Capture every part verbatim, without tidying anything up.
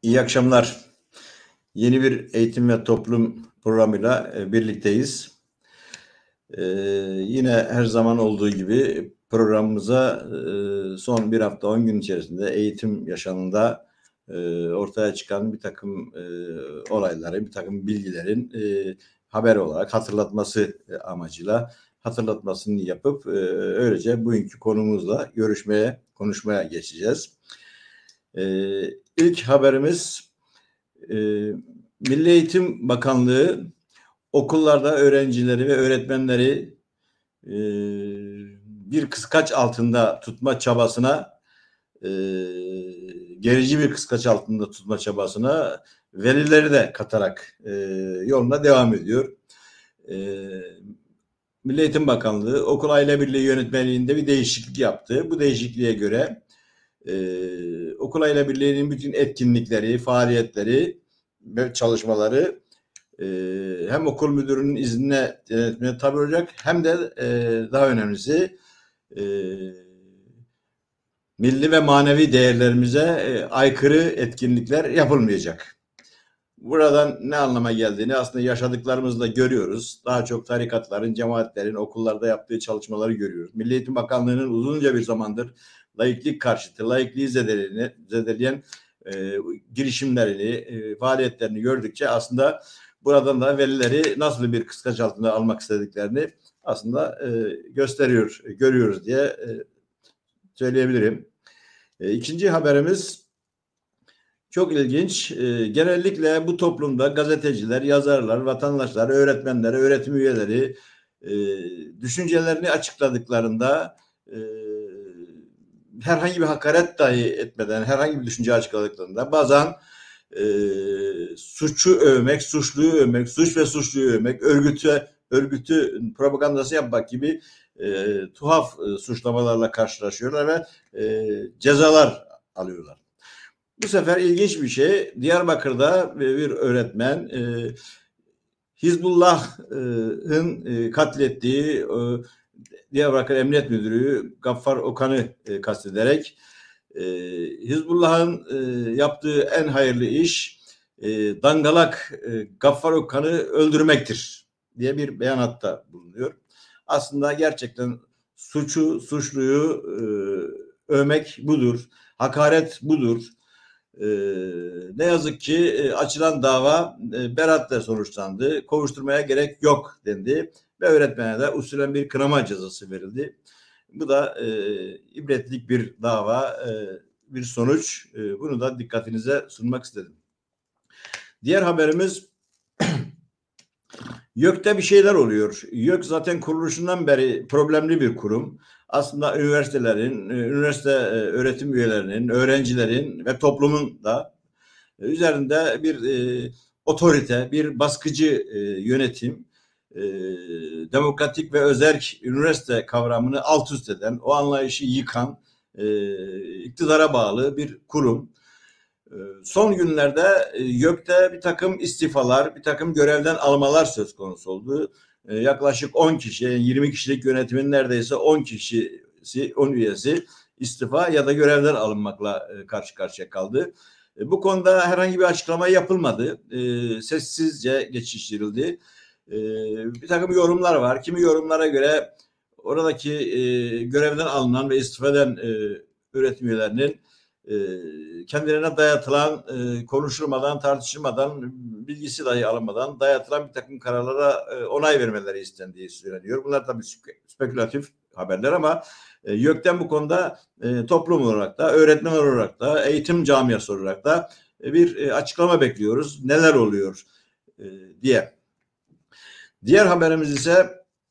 İyi akşamlar. Yeni bir eğitim ve toplum programıyla e, birlikteyiz. Ee, yine her zaman olduğu gibi programımıza e, son bir hafta on gün içerisinde eğitim yaşamında e, ortaya çıkan bir takım e, olayları, bir takım bilgilerin e, haber olarak hatırlatması e, amacıyla hatırlatmasını yapıp e, öylece bugünkü konumuzla görüşmeye, konuşmaya geçeceğiz. E, ilk haberimiz e, Milli Eğitim Bakanlığı okullarda öğrencileri ve öğretmenleri e, bir kıskaç altında tutma çabasına, e, gerici bir kıskaç altında tutma çabasına velileri de katarak e, yoluna devam ediyor. E, Milli Eğitim Bakanlığı Okul Aile Birliği yönetmeliğinde bir değişiklik yaptı. Bu değişikliğe göre e, Okul Aile Birliği'nin bütün etkinlikleri, faaliyetleri ve çalışmaları e, hem okul müdürünün iznine denetmeye tabi olacak hem de e, daha önemlisi e, milli ve manevi değerlerimize e, aykırı etkinlikler yapılmayacak. Buradan ne anlama geldiğini aslında yaşadıklarımızda görüyoruz. Daha çok tarikatların, cemaatlerin okullarda yaptığı çalışmaları görüyoruz. Milli Eğitim Bakanlığı'nın uzunca bir zamandır laiklik karşıtı, laikliği zedeleyen, zedeleyen e, girişimlerini, e, faaliyetlerini gördükçe aslında buradan da velileri nasıl bir kıskaç altında almak istediklerini aslında e, gösteriyor, görüyoruz diye e, söyleyebilirim. E, ikinci haberimiz çok ilginç. E, genellikle bu toplumda gazeteciler, yazarlar, vatandaşlar, öğretmenler, öğretim üyeleri e, düşüncelerini açıkladıklarında e, herhangi bir hakaret dahi etmeden, herhangi bir düşünce açıkladıklarında bazen e, suçu övmek, suçluyu övmek, suç ve suçluyu övmek, örgütü örgütü propagandası yapmak gibi e, tuhaf e, suçlamalarla karşılaşıyorlar ve e, cezalar alıyorlar. Bu sefer ilginç bir şey. Diyarbakır'da bir öğretmen e, Hizbullah'ın e, katlettiği e, Diyarbakır Emniyet Müdürü Gaffar Okan'ı e, kastederek e, Hizbullah'ın e, yaptığı en hayırlı iş e, dangalak e, Gaffar Okan'ı öldürmektir diye bir beyanatta bulunuyor. Aslında gerçekten suçu, suçluyu e, övmek budur. Hakaret budur. Ee, ne yazık ki e, açılan dava e, beraatla sonuçlandı. Kovuşturmaya gerek yok dendi ve öğretmene de usulen bir kınama cezası verildi. Bu da e, ibretlik bir dava, e, bir sonuç. E, bunu da dikkatinize sunmak istedim. Diğer haberimiz YÖK'te bir şeyler oluyor. YÖK zaten kuruluşundan beri problemli bir kurum. Aslında üniversitelerin, e, üniversite e, öğretim üyelerinin, öğrencilerin ve toplumun da üzerinde bir e, otorite, bir baskıcı e, yönetim, e, demokratik ve özerk üniversite kavramını alt üst eden, o anlayışı yıkan, e, iktidara bağlı bir kurum. E, son günlerde e, YÖK'te bir takım istifalar, bir takım görevden almalar söz konusu oldu. E, yaklaşık on kişi, yirmi kişilik yönetimin neredeyse on kişisi, on üyesi istifa ya da görevden alınmakla e, karşı karşıya kaldı. Bu konuda herhangi bir açıklama yapılmadı. E, sessizce geçiştirildi. E, bir takım yorumlar var. Kimi yorumlara göre oradaki e, görevden alınan ve istifa eden e, öğretim üyelerinin e, kendilerine dayatılan, e, konuşulmadan, tartışılmadan, bilgisi dahi alınmadan dayatılan bir takım kararlara e, onay vermeleri istendiği söyleniyor. Bunlar tabii spekülatif haberler ama e, YÖK'ten bu konuda e, toplum olarak da, öğretmen olarak da, eğitim camiası olarak da e, bir e, açıklama bekliyoruz. Neler oluyor e, diye. Diğer haberimiz ise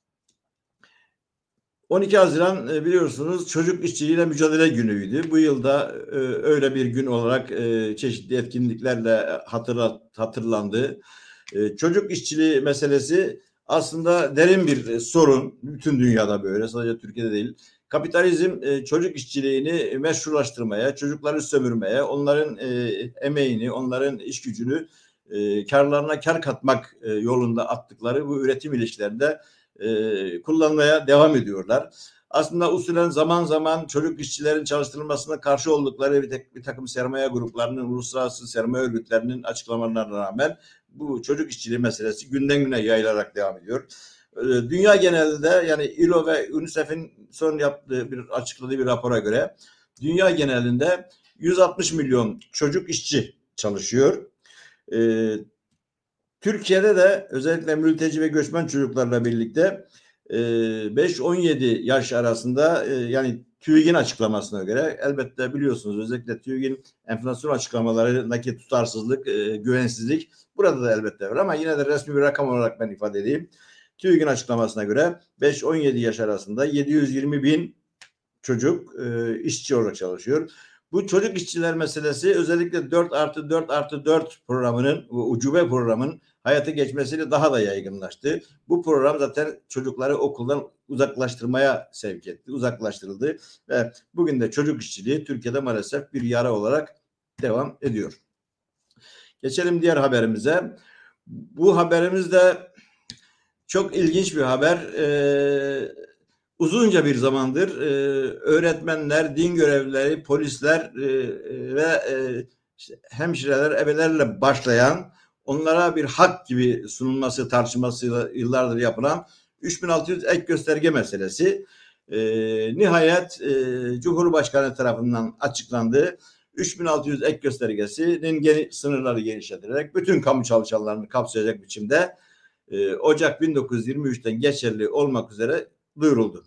on iki Haziran e, biliyorsunuz Çocuk İşçiliğiyle Mücadele Günü'ydü. Bu yılda e, öyle bir gün olarak e, çeşitli etkinliklerle hatırla, hatırlandı. E, çocuk işçiliği meselesi aslında derin bir sorun. Bütün dünyada böyle, sadece Türkiye'de değil. Kapitalizm e, çocuk işçiliğini meşrulaştırmaya, çocukları sömürmeye, onların e, emeğini, onların iş gücünü e, karlarına kar katmak e, yolunda attıkları bu üretim ilişkilerinde e, kullanmaya devam ediyorlar. aslında usulen zaman zaman çocuk işçilerin çalıştırılmasına karşı oldukları bir, tek, bir takım sermaye gruplarının, uluslararası sermaye örgütlerinin açıklamalarına rağmen bu çocuk işçiliği meselesi günden güne yayılarak devam ediyor. Dünya genelinde, yani I L O ve UNICEF'in son yaptığı bir açıkladığı bir rapora göre dünya genelinde yüz altmış milyon çocuk işçi çalışıyor. Ee, Türkiye'de de özellikle mülteci ve göçmen çocuklarla birlikte e, beş on yedi yaş arasında, e, yani TÜİK'in açıklamasına göre, elbette biliyorsunuz özellikle TÜİK'in enflasyon açıklamalarındaki tutarsızlık, e, güvensizlik burada da elbette var ama yine de resmi bir rakam olarak ben ifade edeyim. TÜİK'in açıklamasına göre beş on yedi yaş arasında yedi yüz yirmi bin çocuk e, işçi olarak çalışıyor. Bu çocuk işçiler meselesi özellikle dört artı dört artı dört programının, ucube programın hayata geçmesiyle daha da yaygınlaştı. Bu program zaten çocukları okuldan uzaklaştırmaya sevk etti, uzaklaştırıldı ve bugün de çocuk işçiliği Türkiye'de maalesef bir yara olarak devam ediyor. Geçelim diğer haberimize. Bu haberimiz de çok ilginç bir haber. Ee, uzunca bir zamandır e, öğretmenler, din görevlileri, polisler e, ve e, işte hemşireler, ebelerle başlayan, onlara bir hak gibi sunulması, tartışması yıllardır yapılan üç bin altı yüz ek gösterge meselesi e, nihayet e, Cumhurbaşkanı tarafından açıklandı. üç bin altı yüz ek göstergesinin geni, sınırları genişletilerek bütün kamu çalışanlarını kapsayacak biçimde e, Ocak bin dokuz yüz yirmi üçten geçerli olmak üzere duyuruldu.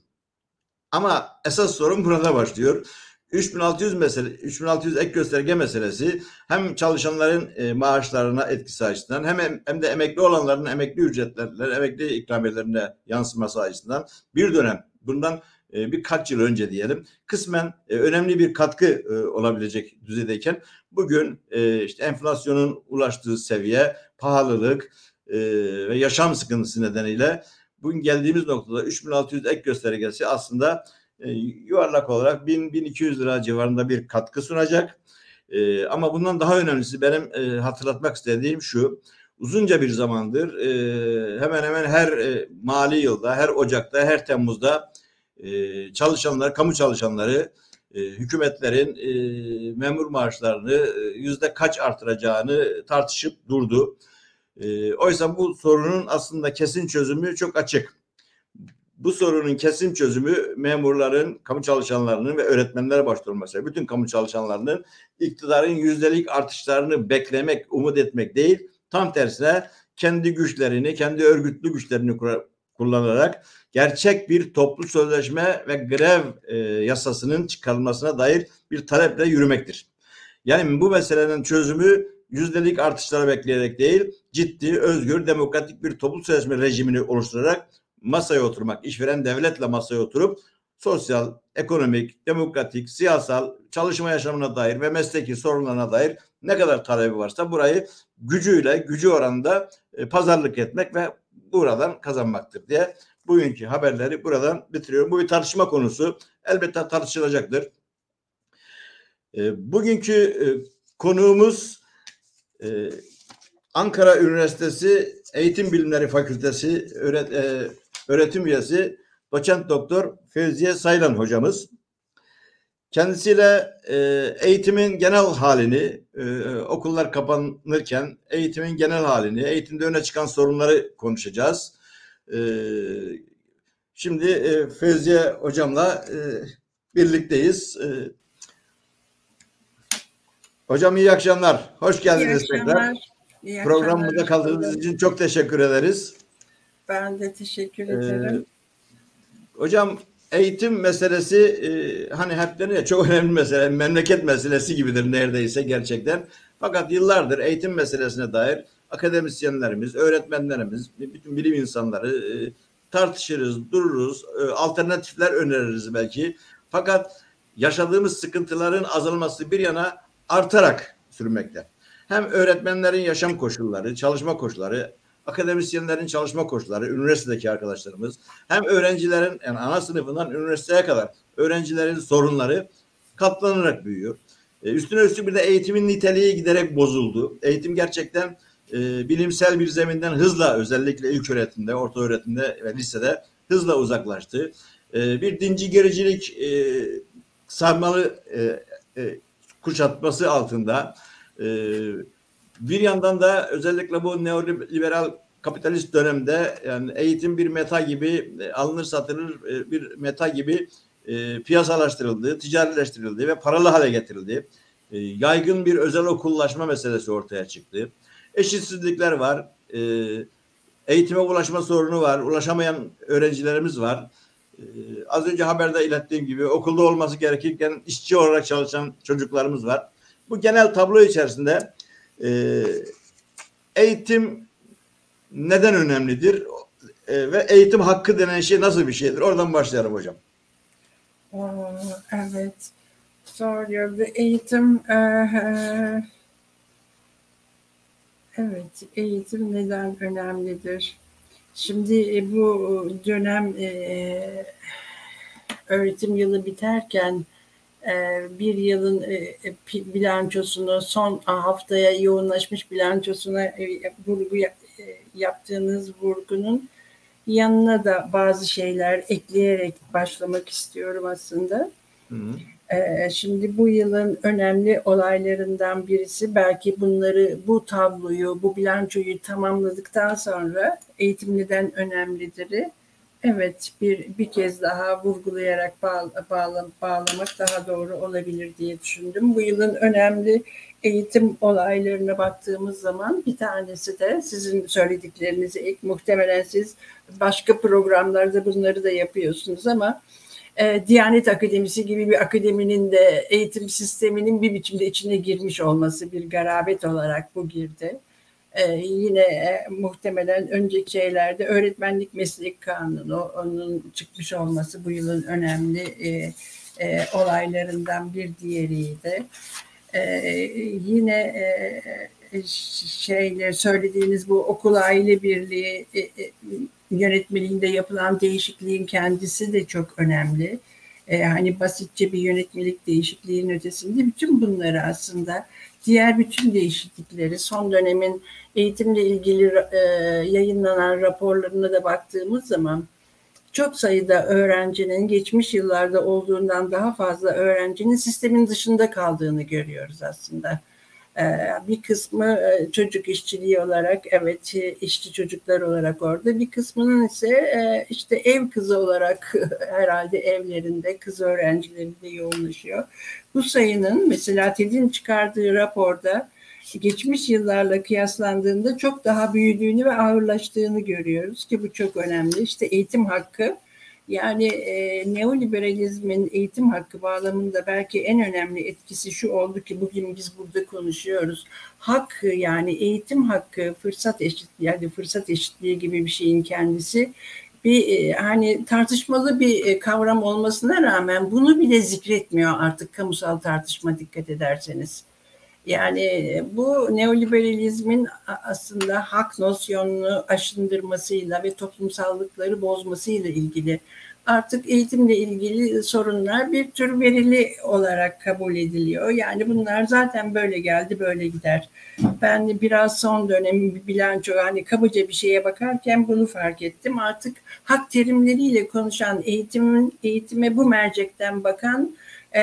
Ama esas sorun burada başlıyor. üç bin altı yüz mesele, üç bin altı yüz ek gösterge meselesi hem çalışanların e, maaşlarına etkisi açısından hem hem de emekli olanların emekli ücretlerine, emekli ikramiyelerine yansıması açısından bir dönem, bundan e, birkaç yıl önce diyelim, kısmen e, önemli bir katkı e, olabilecek düzeydeyken bugün e, işte enflasyonun ulaştığı seviye, pahalılık e, ve yaşam sıkıntısı nedeniyle bugün geldiğimiz noktada üç bin altı yüz ek göstergesi aslında e, yuvarlak olarak bin bin iki yüz lira civarında bir katkı sunacak. E, ama bundan daha önemlisi benim e, hatırlatmak istediğim şu: uzunca bir zamandır e, hemen hemen her e, mali yılda, her Ocak'ta, her Temmuz'da e, çalışanlar, kamu çalışanları e, hükümetlerin e, memur maaşlarını e, yüzde kaç artıracağını tartışıp durdu. E, oysa bu sorunun aslında kesin çözümü çok açık. Bu sorunun kesin çözümü memurların, kamu çalışanlarının ve öğretmenlere başta olmak üzere bütün kamu çalışanlarının iktidarın yüzdelik artışlarını beklemek, umut etmek değil, tam tersine kendi güçlerini, kendi örgütlü güçlerini kullanarak gerçek bir toplu sözleşme ve grev e, yasasının çıkarılmasına dair bir taleple yürümektir. Yani bu meselenin çözümü yüzdelik artışları bekleyerek değil, ciddi, özgür, demokratik bir toplu sözleşme rejimini oluşturarak masaya oturmak, işveren devletle masaya oturup sosyal, ekonomik, demokratik, siyasal, çalışma yaşamına dair ve mesleki sorunlarına dair ne kadar talebi varsa burayı gücüyle, gücü oranında e, pazarlık etmek ve buradan kazanmaktır diye bugünkü haberleri buradan bitiriyorum. Bu bir tartışma konusu. Elbette tartışılacaktır. E, bugünkü e, konuğumuz e, Ankara Üniversitesi Eğitim Bilimleri Fakültesi öğret, e, öğretim üyesi Doçent Doktor Fevziye Saylan hocamız. Kendisiyle e, eğitimin genel halini, e, okullar kapanırken eğitimin genel halini, eğitimde öne çıkan sorunları konuşacağız. E, şimdi e, Fevziye hocamla e, birlikteyiz. E, hocam iyi akşamlar. Hoş geldiniz iyi tekrar. İyi Programımıza kaldığınız için çok teşekkür ederiz. Ben de teşekkür ederim. Ee, hocam, eğitim meselesi e, hani hep denir ya, çok önemli mesele, memleket meselesi gibidir neredeyse gerçekten. Fakat yıllardır eğitim meselesine dair akademisyenlerimiz, öğretmenlerimiz, bütün bilim insanları e, tartışırız, dururuz, e, alternatifler öneririz belki. Fakat yaşadığımız sıkıntıların azalması bir yana artarak sürmekte. Hem öğretmenlerin yaşam koşulları, çalışma koşulları, akademisyenlerin çalışma koşulları, üniversitedeki arkadaşlarımız, hem öğrencilerin, yani ana sınıfından üniversiteye kadar öğrencilerin sorunları katlanarak büyüyor. E, üstüne üstlük bir de eğitimin niteliği giderek bozuldu. Eğitim gerçekten e, bilimsel bir zeminden hızla, özellikle ilk öğretimde, orta öğretimde ve lisede hızla uzaklaştı. e, bir dinci gericilik e, sarmalı e, e, kuşatması altında e, bir yandan da özellikle bu neoliberal kapitalist dönemde yani eğitim bir meta gibi e, alınır satılır e, bir meta gibi e, piyasalaştırıldı, ticarileştirildi ve paralı hale getirildi. E, yaygın bir özel okullaşma meselesi ortaya çıktı. Eşitsizlikler var. E, eğitime ulaşma sorunu var. Ulaşamayan öğrencilerimiz var. Ee, az önce haberde ilettiğim gibi okulda olması gerekirken işçi olarak çalışan çocuklarımız var. Bu genel tablo içerisinde e, eğitim neden önemlidir? E, ve eğitim hakkı denen şey nasıl bir şeydir? Oradan başlayalım hocam. Oo, evet. Soruyor. Ve eğitim e, e, evet, eğitim neden önemlidir? Şimdi e, bu dönem e, öğretim yılı biterken e, bir yılın e, bilançosunu son haftaya yoğunlaşmış bilançosuna e, vurgu e, yaptığınız vurgunun yanına da bazı şeyler ekleyerek başlamak istiyorum aslında. Hı hı. Ee, şimdi bu yılın önemli olaylarından birisi belki bunları, bu tabloyu, bu bilançoyu tamamladıktan sonra eğitim neden önemlidir'i evet bir bir kez daha vurgulayarak bağla, bağla, bağlamak daha doğru olabilir diye düşündüm. Bu yılın önemli eğitim olaylarına baktığımız zaman bir tanesi de sizin söylediklerinize ek, muhtemelen siz başka programlarda bunları da yapıyorsunuz ama e, Diyanet Akademisi gibi bir akademinin de eğitim sisteminin bir biçimde içine girmiş olması bir garabet olarak bu girdi. E, yine e, muhtemelen önceki şeylerde öğretmenlik meslek kanunu onun çıkmış olması bu yılın önemli e, e, olaylarından bir diğeriydi. E, yine e, şeyler söylediğiniz bu okul aile birliği e, e, yönetmeliğinde yapılan değişikliğin kendisi de çok önemli. E, hani basitçe bir yönetmelik değişikliğinin ötesinde bütün bunları aslında diğer bütün değişiklikleri son dönemin eğitimle ilgili e, yayınlanan raporlarına da baktığımız zaman çok sayıda öğrencinin geçmiş yıllarda olduğundan daha fazla öğrencinin sistemin dışında kaldığını görüyoruz aslında. Bir kısmı çocuk işçiliği olarak evet işçi çocuklar olarak orada bir kısmının ise işte ev kızı olarak herhalde evlerinde kız öğrencilerinde yoğunlaşıyor. Bu sayının mesela TED'in çıkardığı raporda geçmiş yıllarla kıyaslandığında çok daha büyüdüğünü ve ağırlaştığını görüyoruz ki bu çok önemli. İşte eğitim hakkı yani e, neoliberalizmin eğitim hakkı bağlamında belki en önemli etkisi şu oldu ki bugün biz burada konuşuyoruz. Hak yani eğitim hakkı, fırsat eşitliği, yani fırsat eşitliği gibi bir şeyin kendisi bir e, hani tartışmalı bir e, kavram olmasına rağmen bunu bile zikretmiyor artık kamusal tartışma dikkat ederseniz. Yani bu neoliberalizmin aslında hak nosyonunu aşındırmasıyla ve toplumsallıkları bozmasıyla ilgili artık eğitimle ilgili sorunlar bir tür verili olarak kabul ediliyor. Yani bunlar zaten böyle geldi böyle gider. Ben de biraz son dönemin bir bilanço hani kabaca bir şeye bakarken bunu fark ettim. Artık hak terimleriyle konuşan eğitimin eğitime bu mercekten bakan E,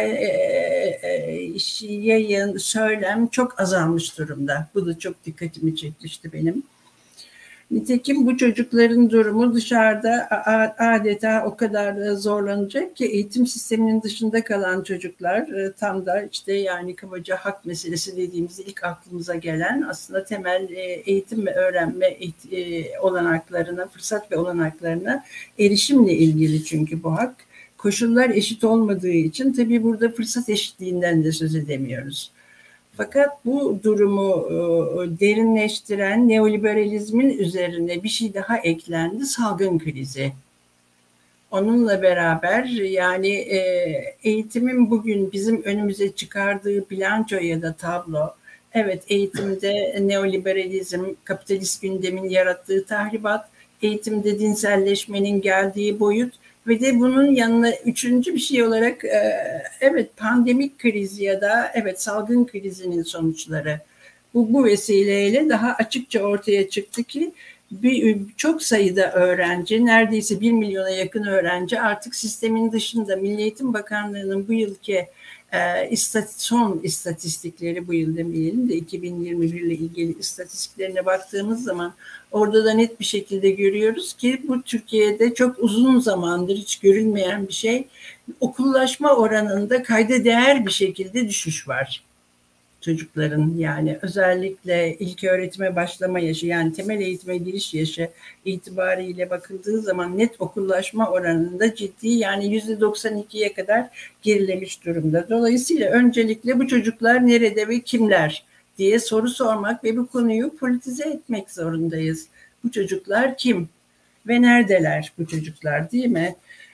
e, yayın, söylem çok azalmış durumda. Bu da çok dikkatimi çekmişti benim. Nitekim bu çocukların durumu dışarıda adeta o kadar zorlanacak ki eğitim sisteminin dışında kalan çocuklar tam da işte yani kabaca hak meselesi dediğimiz ilk aklımıza gelen aslında temel eğitim ve öğrenme olanaklarına, fırsat ve olanaklarına erişimle ilgili çünkü bu hak. Koşullar eşit olmadığı için tabii burada fırsat eşitliğinden de söz edemiyoruz. Fakat bu durumu derinleştiren neoliberalizmin üzerine bir şey daha eklendi, salgın krizi. Onunla beraber yani eğitimin bugün bizim önümüze çıkardığı bilanço ya da tablo, evet eğitimde neoliberalizm, kapitalist gündemin yarattığı tahribat, eğitimde dinselleşmenin geldiği boyut ve de bunun yanına üçüncü bir şey olarak evet pandemik krizi ya da evet salgın krizinin sonuçları bu, bu vesileyle daha açıkça ortaya çıktı ki bir, çok sayıda öğrenci, neredeyse bir milyona yakın öğrenci artık sistemin dışında. Milli Eğitim Bakanlığı'nın bu yılki e, istat, son istatistikleri, bu yıl demeyelim de iki bin yirmi bir ile ilgili istatistiklerine baktığımız zaman orada da net bir şekilde görüyoruz ki bu Türkiye'de çok uzun zamandır hiç görülmeyen bir şey. Okullaşma oranında kayda değer bir şekilde düşüş var. Çocukların, yani özellikle ilk öğretime başlama yaşı, yani temel eğitime giriş yaşı itibariyle bakıldığı zaman net okullaşma oranında ciddi, yani yüzde doksan ikiye kadar gerilemiş durumda. Dolayısıyla öncelikle bu çocuklar nerede ve kimler diye soru sormak ve bu konuyu politize etmek zorundayız. Bu çocuklar kim ve neredeler bu çocuklar, değil mi?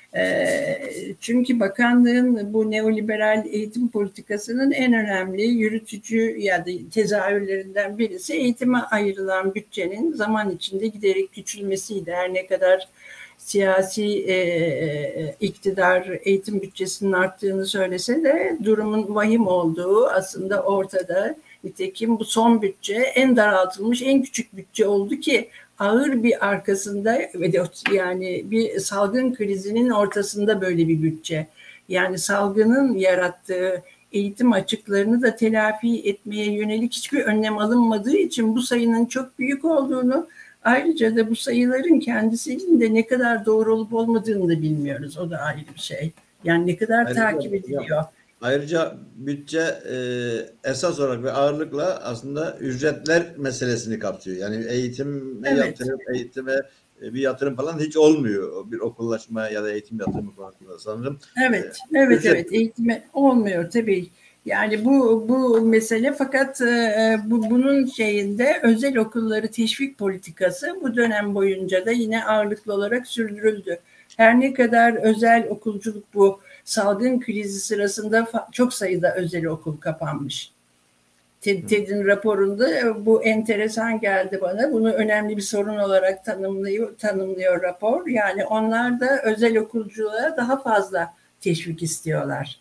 Çünkü bakanlığın bu neoliberal eğitim politikasının en önemli yürütücü ya da tezahürlerinden birisi eğitime ayrılan bütçenin zaman içinde giderek küçülmesiydi. Her ne kadar siyasi e, iktidar eğitim bütçesinin arttığını söylese de durumun vahim olduğu aslında ortada. Nitekim bu son bütçe en daraltılmış, en küçük bütçe oldu ki ağır bir arkasında, yani bir salgın krizinin ortasında böyle bir bütçe. Yani salgının yarattığı eğitim açıklarını da telafi etmeye yönelik hiçbir önlem alınmadığı için bu sayının çok büyük olduğunu, ayrıca da bu sayıların kendisinin de ne kadar doğru olup olmadığını da bilmiyoruz. O da ayrı bir şey. Yani ne kadar ayrıca, takip ediliyor. Ayrıca bütçe e, esas olarak ve ağırlıkla aslında ücretler meselesini kapsıyor. Yani eğitime evet. yatırım, eğitime bir yatırım falan hiç olmuyor. Bir okullaşma ya da eğitim yatırımı falan sanırım. Evet, evet, ücret... evet. Eğitime olmuyor tabii. Yani bu bu mesele, fakat e, bu bunun şeyinde özel okulları teşvik politikası bu dönem boyunca da yine ağırlıklı olarak sürdürüldü. Her ne kadar özel okulculuk bu salgın krizi sırasında çok sayıda özel okul kapanmış. TED'in raporunda bu enteresan geldi bana. Bunu önemli bir sorun olarak tanımlıyor, tanımlıyor rapor. Yani onlar da özel okulculuğa daha fazla teşvik istiyorlar.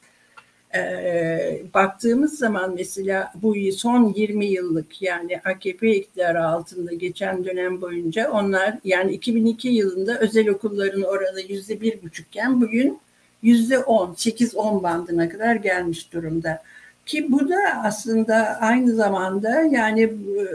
Ee, baktığımız zaman mesela bu son yirmi yıllık, yani A K P iktidarı altında geçen dönem boyunca onlar, yani iki bin iki yılında özel okulların oranı yüzde bir buçukken bugün yüzde on, sekiz on bandına kadar gelmiş durumda. Ki bu da aslında aynı zamanda, yani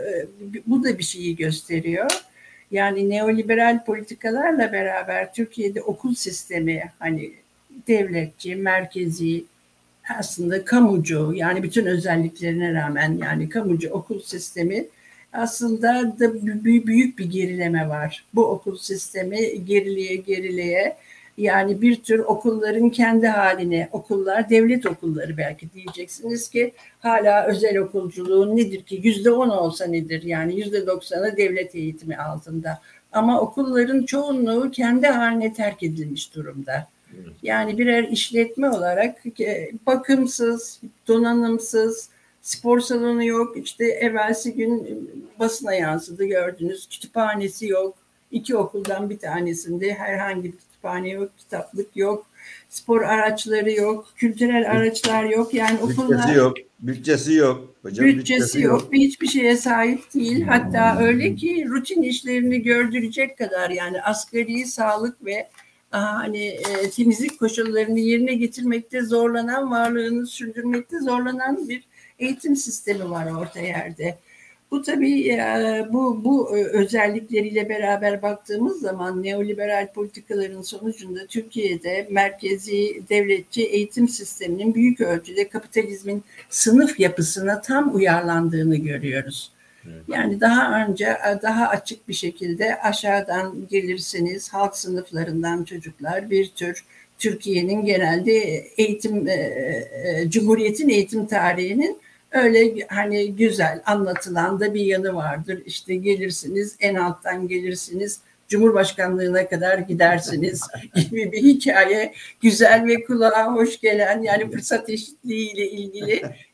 bu da bir şeyi gösteriyor. Yani neoliberal politikalarla beraber Türkiye'de okul sistemi hani devletçi, merkezi, aslında kamucu, yani bütün özelliklerine rağmen yani kamucu okul sistemi aslında da büyük bir gerileme var. Bu okul sistemi gerileye gerileye, yani bir tür okulların kendi haline, okullar, devlet okulları belki diyeceksiniz ki hala özel okulculuğun nedir ki? Yüzde on olsa nedir? Yani yüzde doksanı devlet eğitimi altında. Ama okulların çoğunluğu kendi haline terk edilmiş durumda. Yani birer işletme olarak bakımsız, donanımsız, spor salonu yok. İşte evvelsi gün basına yansıdı, gördünüz. Kütüphanesi yok. İki okuldan bir tanesinde herhangi bir kütüphane yok, kitaplık yok, spor araçları yok, kültürel araçlar yok. Yani okullar bütçesi yok, bütçesi yok. Hocam, bütçesi, bütçesi yok, yok ve hiçbir şeye sahip değil. Hatta öyle ki rutin işlerini gördürecek kadar, yani asgari sağlık ve hani e, temizlik koşullarını yerine getirmekte zorlanan, varlığını sürdürmekte zorlanan bir eğitim sistemi var orta yerde. Bu tabii e, bu bu özellikleriyle beraber baktığımız zaman neoliberal politikaların sonucunda Türkiye'de merkezi devletçi eğitim sisteminin büyük ölçüde kapitalizmin sınıf yapısına tam uyarlandığını görüyoruz. Yani daha önce daha açık bir şekilde aşağıdan gelirsiniz, halk sınıflarından çocuklar, bir tür Türkiye'nin genelde eğitim, e, e, Cumhuriyet'in eğitim tarihinin öyle hani güzel anlatılan da bir yanı vardır. İşte gelirsiniz, en alttan gelirsiniz, Cumhurbaşkanlığına kadar gidersiniz gibi bir hikaye. Güzel ve kulağa hoş gelen, yani fırsat eşitliği ile ilgili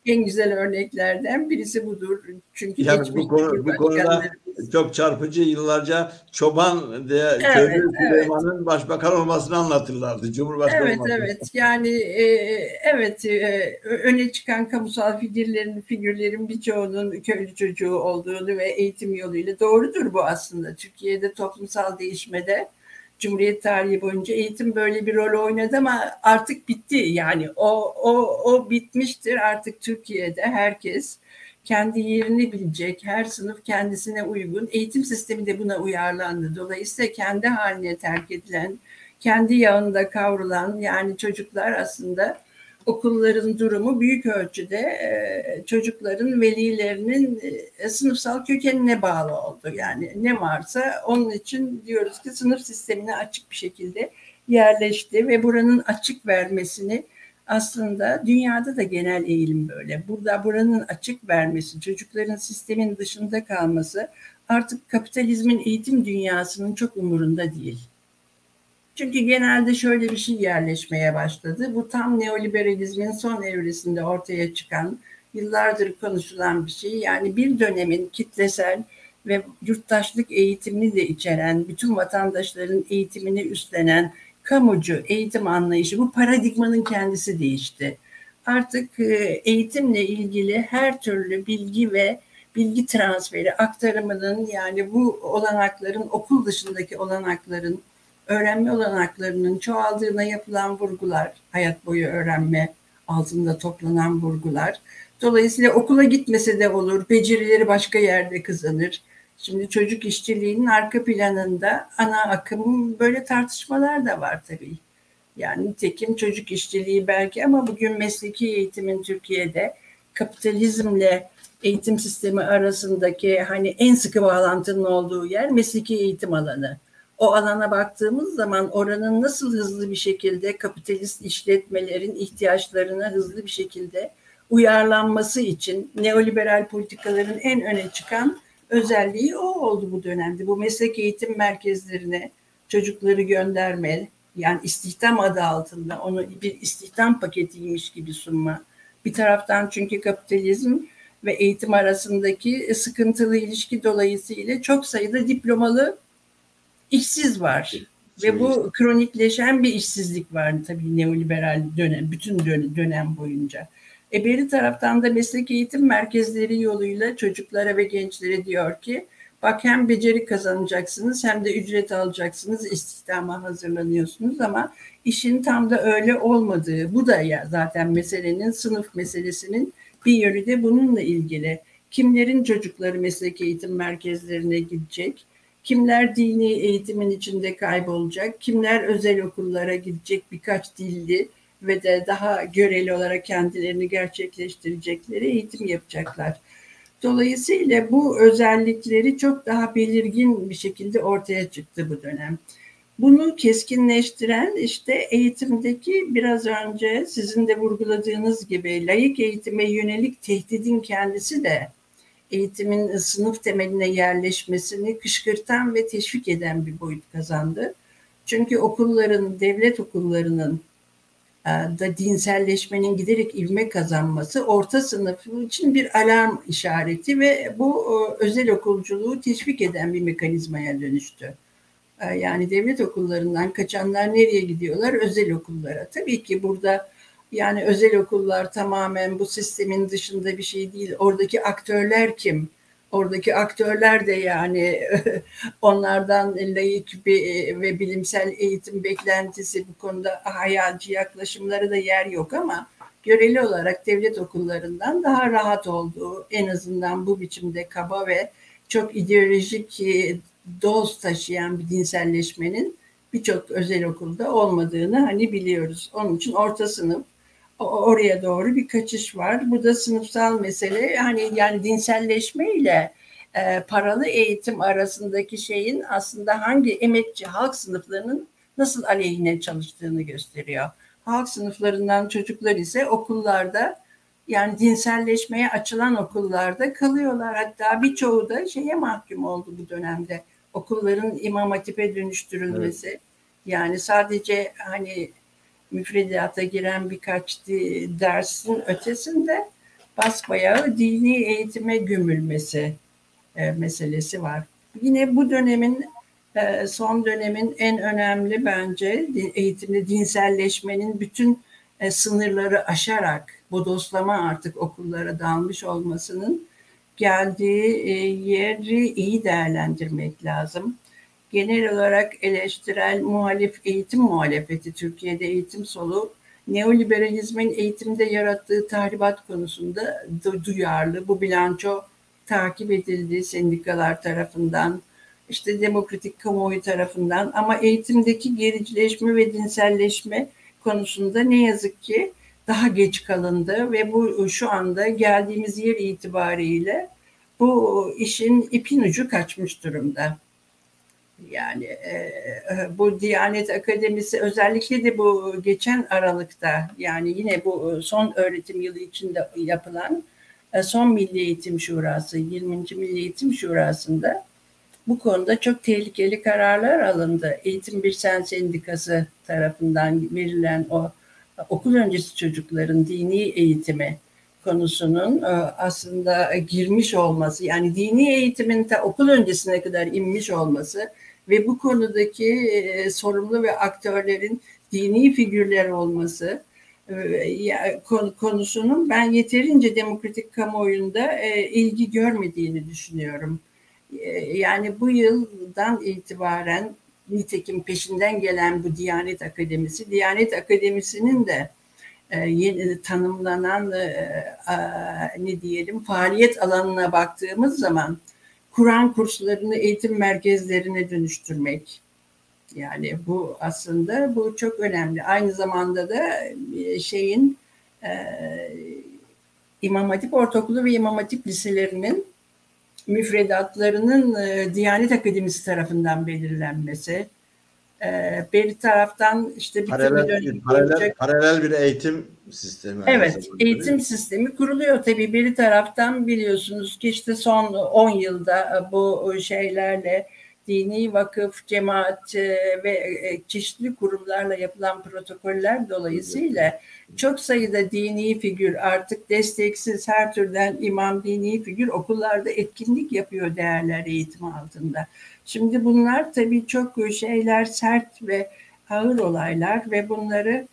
en güzel örneklerden birisi budur. Çünkü Yani bu geçmiş konu bu konuda cumhurbaşkanlarımız. çok çarpıcı, yıllarca çoban diye Evet, köylü evet. Süleyman'ın başbakan olmasını anlatırlardı. Cumhurbaşkanı Evet, olmasını. evet. Yani e, evet, e, öne çıkan kamusal figürlerin figürlerin birçoğunun köylü çocuğu olduğunu ve eğitim yoluyla doğrudur bu aslında. Türkiye'de toplumsal değişmede Cumhuriyet tarihi boyunca eğitim böyle bir rol oynadı ama artık bitti. Yani o o o bitmiştir. Artık Türkiye'de herkes kendi yerini bilecek, her sınıf kendisine uygun. Eğitim sistemi de buna uyarlandı. Dolayısıyla kendi haline terk edilen, kendi yağında kavrulan yani çocuklar aslında okulların durumu büyük ölçüde e, çocukların velilerinin e, sınıfsal kökenine bağlı oldu. Yani ne varsa onun için diyoruz ki sınıf sistemine açık bir şekilde yerleşti ve buranın açık vermesini aslında dünyada da genel eğilim böyle. Burada buranın açık vermesi, çocukların sistemin dışında kalması artık kapitalizmin eğitim dünyasının çok umurunda değil. Çünkü genelde şöyle bir şey yerleşmeye başladı. Bu tam neoliberalizmin son evresinde ortaya çıkan, yıllardır konuşulan bir şey. Yani bir dönemin kitlesel ve yurttaşlık eğitimini de içeren, bütün vatandaşların eğitimini üstlenen kamucu eğitim anlayışı, bu paradigmanın kendisi değişti. Artık e, eğitimle ilgili her türlü bilgi ve bilgi transferi aktarımının, yani bu olanakların, okul dışındaki olanakların, öğrenme olanaklarının çoğaldığına yapılan vurgular, hayat boyu öğrenme altında toplanan vurgular. Dolayısıyla okula gitmese de olur, becerileri başka yerde kazanır. Şimdi çocuk işçiliğinin arka planında ana akım böyle tartışmalar da var tabii. Yani nitekim çocuk işçiliği belki ama bugün mesleki eğitimin Türkiye'de kapitalizmle eğitim sistemi arasındaki hani en sıkı bağlantının olduğu yer mesleki eğitim alanı. O alana baktığımız zaman oranın nasıl hızlı bir şekilde kapitalist işletmelerin ihtiyaçlarına hızlı bir şekilde uyarlanması için neoliberal politikaların en öne çıkan özelliği o oldu bu dönemde. Bu meslek eğitim merkezlerine çocukları gönderme, yani istihdam adı altında onu bir istihdam paketiymiş gibi sunma. Bir taraftan çünkü kapitalizm ve eğitim arasındaki sıkıntılı ilişki dolayısıyla çok sayıda diplomalı işsiz var. Ve bu kronikleşen bir işsizlik var tabii neoliberal dönem, bütün dönem boyunca. E bir taraftan da meslek eğitim merkezleri yoluyla çocuklara ve gençlere diyor ki bak hem beceri kazanacaksınız hem de ücret alacaksınız, istihdama hazırlanıyorsunuz ama işin tam da öyle olmadığı, bu da ya zaten meselenin, sınıf meselesinin bir yönü de bununla ilgili. Kimlerin çocukları meslek eğitim merkezlerine gidecek? Kimler dini eğitimin içinde kaybolacak, kimler özel okullara gidecek birkaç dilli ve de daha göreli olarak kendilerini gerçekleştirecekleri eğitim yapacaklar. Dolayısıyla bu özellikleri çok daha belirgin bir şekilde ortaya çıktı bu dönem. Bunu keskinleştiren işte eğitimdeki biraz önce sizin de vurguladığınız gibi laik eğitime yönelik tehdidin kendisi de eğitimin sınıf temeline yerleşmesini kışkırtan ve teşvik eden bir boyut kazandı. Çünkü okulların, devlet okullarının da dinselleşmenin giderek ivme kazanması orta sınıf için bir alarm işareti ve bu özel okulculuğu teşvik eden bir mekanizmaya dönüştü. Yani devlet okullarından kaçanlar nereye gidiyorlar? Özel okullara. Tabii ki burada yani özel okullar tamamen bu sistemin dışında bir şey değil. Oradaki aktörler kim? Oradaki aktörler de yani onlardan laik bir ve bilimsel eğitim beklentisi, bu konuda hayalci yaklaşımları da yer yok ama göreli olarak devlet okullarından daha rahat olduğu, en azından bu biçimde kaba ve çok ideolojik doz taşıyan bir dinselleşmenin birçok özel okulda olmadığını hani biliyoruz. Onun için orta sınıf oraya doğru bir kaçış var. Bu da sınıfsal mesele. Hani yani dinselleşme ile e, paralı eğitim arasındaki şeyin aslında hangi emekçi halk sınıflarının nasıl aleyhine çalıştığını gösteriyor. Halk sınıflarından çocuklar ise okullarda, yani dinselleşmeye açılan okullarda kalıyorlar. Hatta birçoğu da şeye mahkum oldu bu dönemde. Okulların İmam Hatip'e dönüştürülmesi. Evet. Yani sadece hani müfredata giren birkaç dersin ötesinde basbayağı dini eğitime gömülmesi e, meselesi var. Yine bu dönemin e, son dönemin en önemli bence eğitimde dinselleşmenin bütün e, sınırları aşarak bodoslama artık okullara dalmış olmasının geldiği e, yeri iyi değerlendirmek lazım. Genel olarak eleştirel muhalif eğitim muhalefeti, Türkiye'de eğitim solu, neoliberalizmin eğitimde yarattığı tahribat konusunda duyarlı. Bu bilanço takip edildi sendikalar tarafından, işte demokratik kamuoyu tarafından, ama eğitimdeki gericileşme ve dinselleşme konusunda ne yazık ki daha geç kalındı ve bu şu anda geldiğimiz yer itibariyle bu işin ipin ucu kaçmış durumda. Yani e, bu Diyanet Akademisi özellikle de bu geçen Aralık'ta, yani yine bu son öğretim yılı içinde yapılan son Milli Eğitim Şurası, yirminci Milli Eğitim Şurası'nda bu konuda çok tehlikeli kararlar alındı. Eğitim Bir Sen Sendikası tarafından verilen o okul öncesi çocukların dini eğitimi konusunun aslında girmiş olması, yani dini eğitimin ta okul öncesine kadar inmiş olması ve bu konudaki e, sorumlu ve aktörlerin dini figürler olması e, konusunun ben yeterince demokratik kamuoyunda e, ilgi görmediğini düşünüyorum. E, yani bu yıldan itibaren nitekim peşinden gelen bu Diyanet Akademisi, Diyanet Akademisi'nin de e, yeni tanımlanan e, e, ne diyelim faaliyet alanına baktığımız zaman Kur'an kurslarını eğitim merkezlerine dönüştürmek. Yani bu aslında bu çok önemli. Aynı zamanda da şeyin e, İmam Hatip Ortaokulu ve İmam Hatip liselerinin müfredatlarının e, Diyanet Akademisi tarafından belirlenmesi. E, bir taraftan işte bir paralel, paralel, paralel bir eğitim sistemi. Evet, eğitim sistemi kuruluyor tabii. Bir taraftan biliyorsunuz ki işte son on yılda bu şeylerle dini vakıf, cemaat ve çeşitli kurumlarla yapılan protokoller dolayısıyla çok sayıda dini figür, artık desteksiz her türden imam, dini figür okullarda etkinlik yapıyor değerler eğitimi altında. Şimdi bunlar tabii çok şeyler, sert ve ağır olaylar ve bunları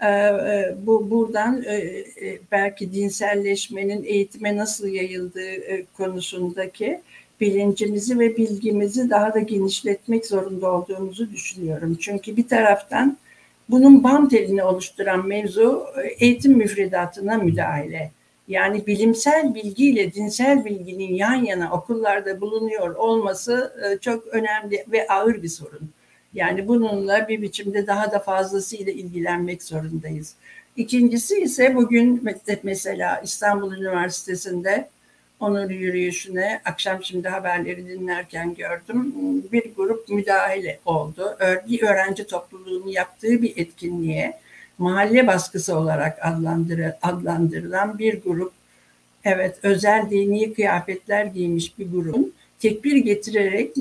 bu buradan belki dinselleşmenin eğitime nasıl yayıldığı konusundaki bilincimizi ve bilgimizi daha da genişletmek zorunda olduğumuzu düşünüyorum. Çünkü bir taraftan bunun bam telini oluşturan mevzu eğitim müfredatına müdahale. Yani bilimsel bilgiyle dinsel bilginin yan yana okullarda bulunuyor olması çok önemli ve ağır bir sorun. Yani bununla bir biçimde daha da fazlasıyla ilgilenmek zorundayız. İkincisi ise bugün mesela İstanbul Üniversitesi'nde onur yürüyüşüne akşam şimdi haberleri dinlerken gördüm. Bir grup müdahale oldu. Bir öğrenci topluluğunun yaptığı bir etkinliğe mahalle baskısı olarak adlandırılan bir grup, evet, özel dini kıyafetler giymiş bir grubun tekbir getirerek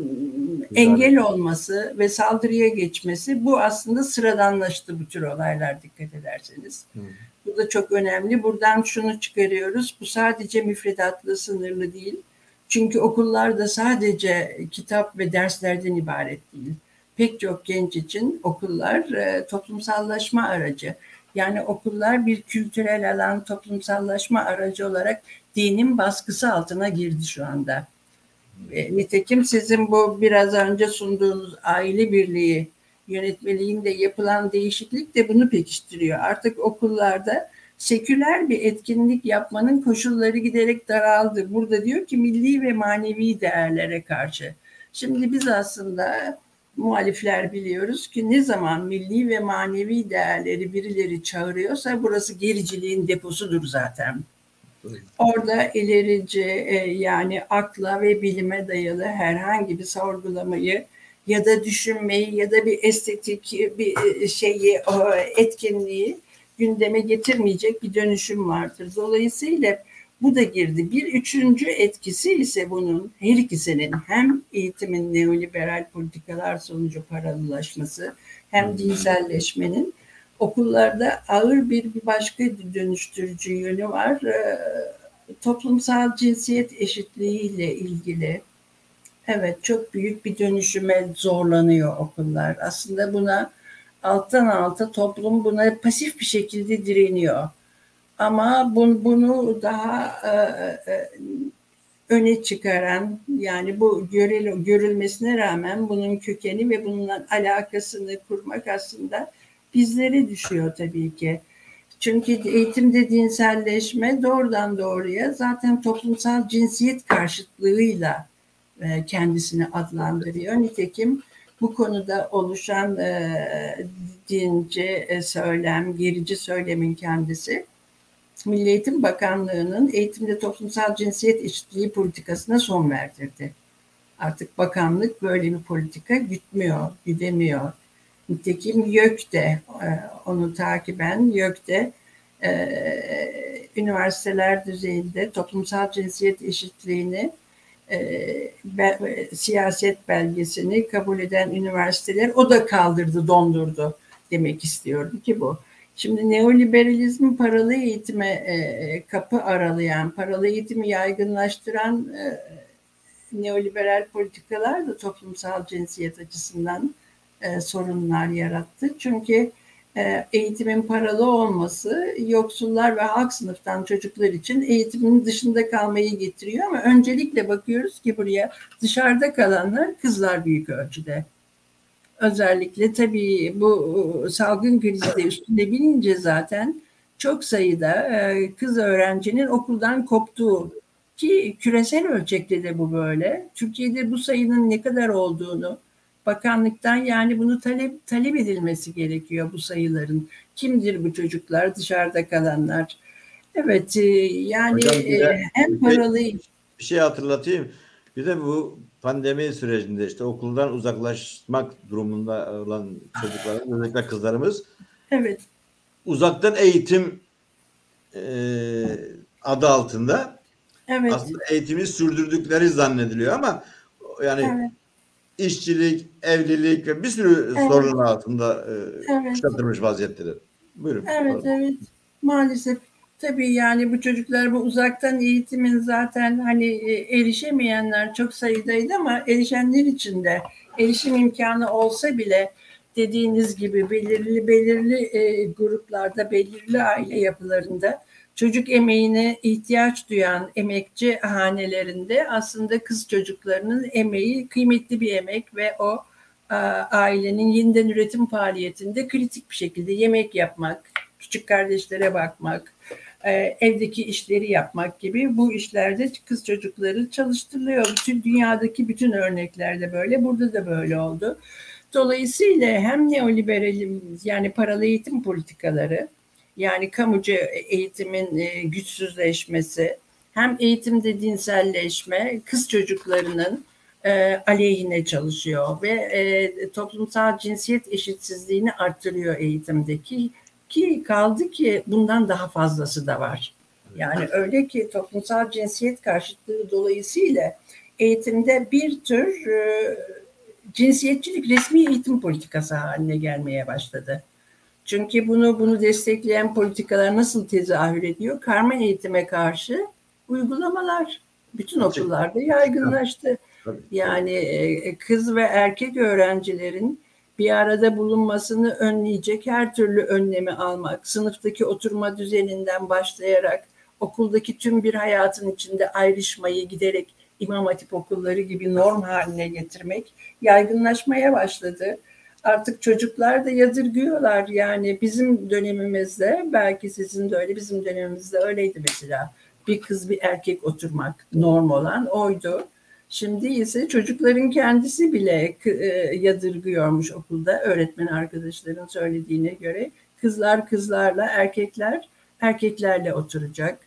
engel olması ve saldırıya geçmesi, bu aslında sıradanlaştı bu tür olaylar, dikkat ederseniz. Hı. Bu da çok önemli. Buradan şunu çıkarıyoruz. Bu sadece müfredatla sınırlı değil. Çünkü okullar da sadece kitap ve derslerden ibaret değil. Pek çok genç için okullar e, toplumsallaşma aracı. Yani okullar bir kültürel alan, toplumsallaşma aracı olarak dinin baskısı altına girdi şu anda. E, nitekim sizin bu biraz önce sunduğunuz aile birliği yönetmeliğinde yapılan değişiklik de bunu pekiştiriyor. Artık okullarda seküler bir etkinlik yapmanın koşulları giderek daraldı. Burada diyor ki milli ve manevi değerlere karşı. Şimdi biz aslında muhalifler biliyoruz ki ne zaman milli ve manevi değerleri birileri çağırıyorsa burası gericiliğin deposudur zaten. Orada ilerici yani akla ve bilime dayalı herhangi bir sorgulamayı ya da düşünmeyi ya da bir estetik bir şeyi, etkinliği gündeme getirmeyecek bir dönüşüm vardır. Dolayısıyla bu da girdi. Bir üçüncü etkisi ise bunun her ikisinin, hem eğitimin neoliberal politikalar sonucu paralılaşması hem dinselleşmenin Okullarda ağır bir, bir başka dönüştürücü yönü var. E, toplumsal cinsiyet eşitliği ile ilgili. Evet, çok büyük bir dönüşüme zorlanıyor okullar. Aslında buna alttan alta toplum buna pasif bir şekilde direniyor. Ama bunu, bunu daha e, e, öne çıkaran, yani bu görül, görülmesine rağmen bunun kökeni ve bununla alakasını kurmak aslında bizlere düşüyor tabii ki. Çünkü eğitimde dinselleşme doğrudan doğruya zaten toplumsal cinsiyet karşıtlığıyla e, kendisini adlandırıyor. Nitekim bu konuda oluşan e, dinci e, söylem, gerici söylemin kendisi Milli Eğitim Bakanlığı'nın eğitimde toplumsal cinsiyet eşitliği politikasına son verdirdi. Artık bakanlık böyle bir politika gütmüyor, güdemiyor. Nitekim YÖK'te e, onu takiben YÖK'te e, üniversiteler düzeyinde toplumsal cinsiyet eşitliğini e, be, siyaset belgesini kabul eden üniversiteler o da kaldırdı, dondurdu demek istiyorum ki bu. Şimdi neoliberalizm paralı eğitime e, kapı aralayan, paralı eğitimi yaygınlaştıran e, neoliberal politikalar da toplumsal cinsiyet açısından e, sorunlar yarattı. Çünkü e, eğitimin paralı olması yoksullar ve halk sınıftan çocuklar için eğitimin dışında kalmayı getiriyor ama öncelikle bakıyoruz ki buraya dışarıda kalanlar kızlar büyük ölçüde. Özellikle tabii bu salgın krizi de üstüne binince zaten çok sayıda e, kız öğrencinin okuldan koptuğu, ki küresel ölçekte de bu böyle. Türkiye'de bu sayının ne kadar olduğunu bakanlıktan, yani bunu talep talep edilmesi gerekiyor bu sayıların. Kimdir bu çocuklar, dışarıda kalanlar? Evet, e, yani Hocam bir e, de hem bir şey, paralı bir şey hatırlatayım. Bir de bu pandemi sürecinde işte okuldan uzaklaşmak durumunda olan çocuklarımız, özellikle kızlarımız evet, uzaktan eğitim e, adı altında evet, aslında eğitimi sürdürdükleri zannediliyor ama yani evet, işçilik, evlilik ve bir sürü evet, sorunun altında e, evet. kuşatılmış vaziyettedir. Buyurun. Evet, Pardon. evet. Maalesef. Tabii yani bu çocuklar bu uzaktan eğitimin zaten hani e, erişemeyenler çok sayıdaydı ama erişenler için de erişim imkanı olsa bile dediğiniz gibi belirli belirli e, gruplarda, belirli aile yapılarında çocuk emeğine ihtiyaç duyan emekçi hanelerinde aslında kız çocuklarının emeği kıymetli bir emek ve o a, ailenin yeniden üretim faaliyetinde kritik bir şekilde yemek yapmak, küçük kardeşlere bakmak, e, evdeki işleri yapmak gibi bu işlerde kız çocukları çalıştırılıyor. Bütün dünyadaki bütün örneklerde böyle, burada da böyle oldu. Dolayısıyla hem neoliberalizm, yani paralı eğitim politikaları, yani kamucu eğitimin e, güçsüzleşmesi, hem eğitimde dinselleşme, kız çocuklarının e, aleyhine çalışıyor ve e, toplumsal cinsiyet eşitsizliğini arttırıyor eğitimdeki, ki kaldı ki bundan daha fazlası da var. Yani öyle ki toplumsal cinsiyet karşıtlığı dolayısıyla eğitimde bir tür e, cinsiyetçilik resmi eğitim politikası haline gelmeye başladı. Çünkü bunu bunu destekleyen politikalar nasıl tezahür ediyor? Karma eğitime karşı uygulamalar bütün Açık. okullarda Açıktan. yaygınlaştı. Tabii, tabii. Yani e, kız ve erkek öğrencilerin bir arada bulunmasını önleyecek her türlü önlemi almak, sınıftaki oturma düzeninden başlayarak okuldaki tüm bir hayatın içinde ayrışmayı giderek İmam Hatip okulları gibi norm haline getirmek yaygınlaşmaya başladı. Artık çocuklar da yadırgıyorlar. Yani bizim dönemimizde, belki sizin de öyle, bizim dönemimizde öyleydi mesela. Bir kız bir erkek oturmak norm olan oydu. Şimdi ise çocukların kendisi bile e, yadırgıyormuş okulda, öğretmen arkadaşların söylediğine göre. Kızlar kızlarla, erkekler erkeklerle oturacak.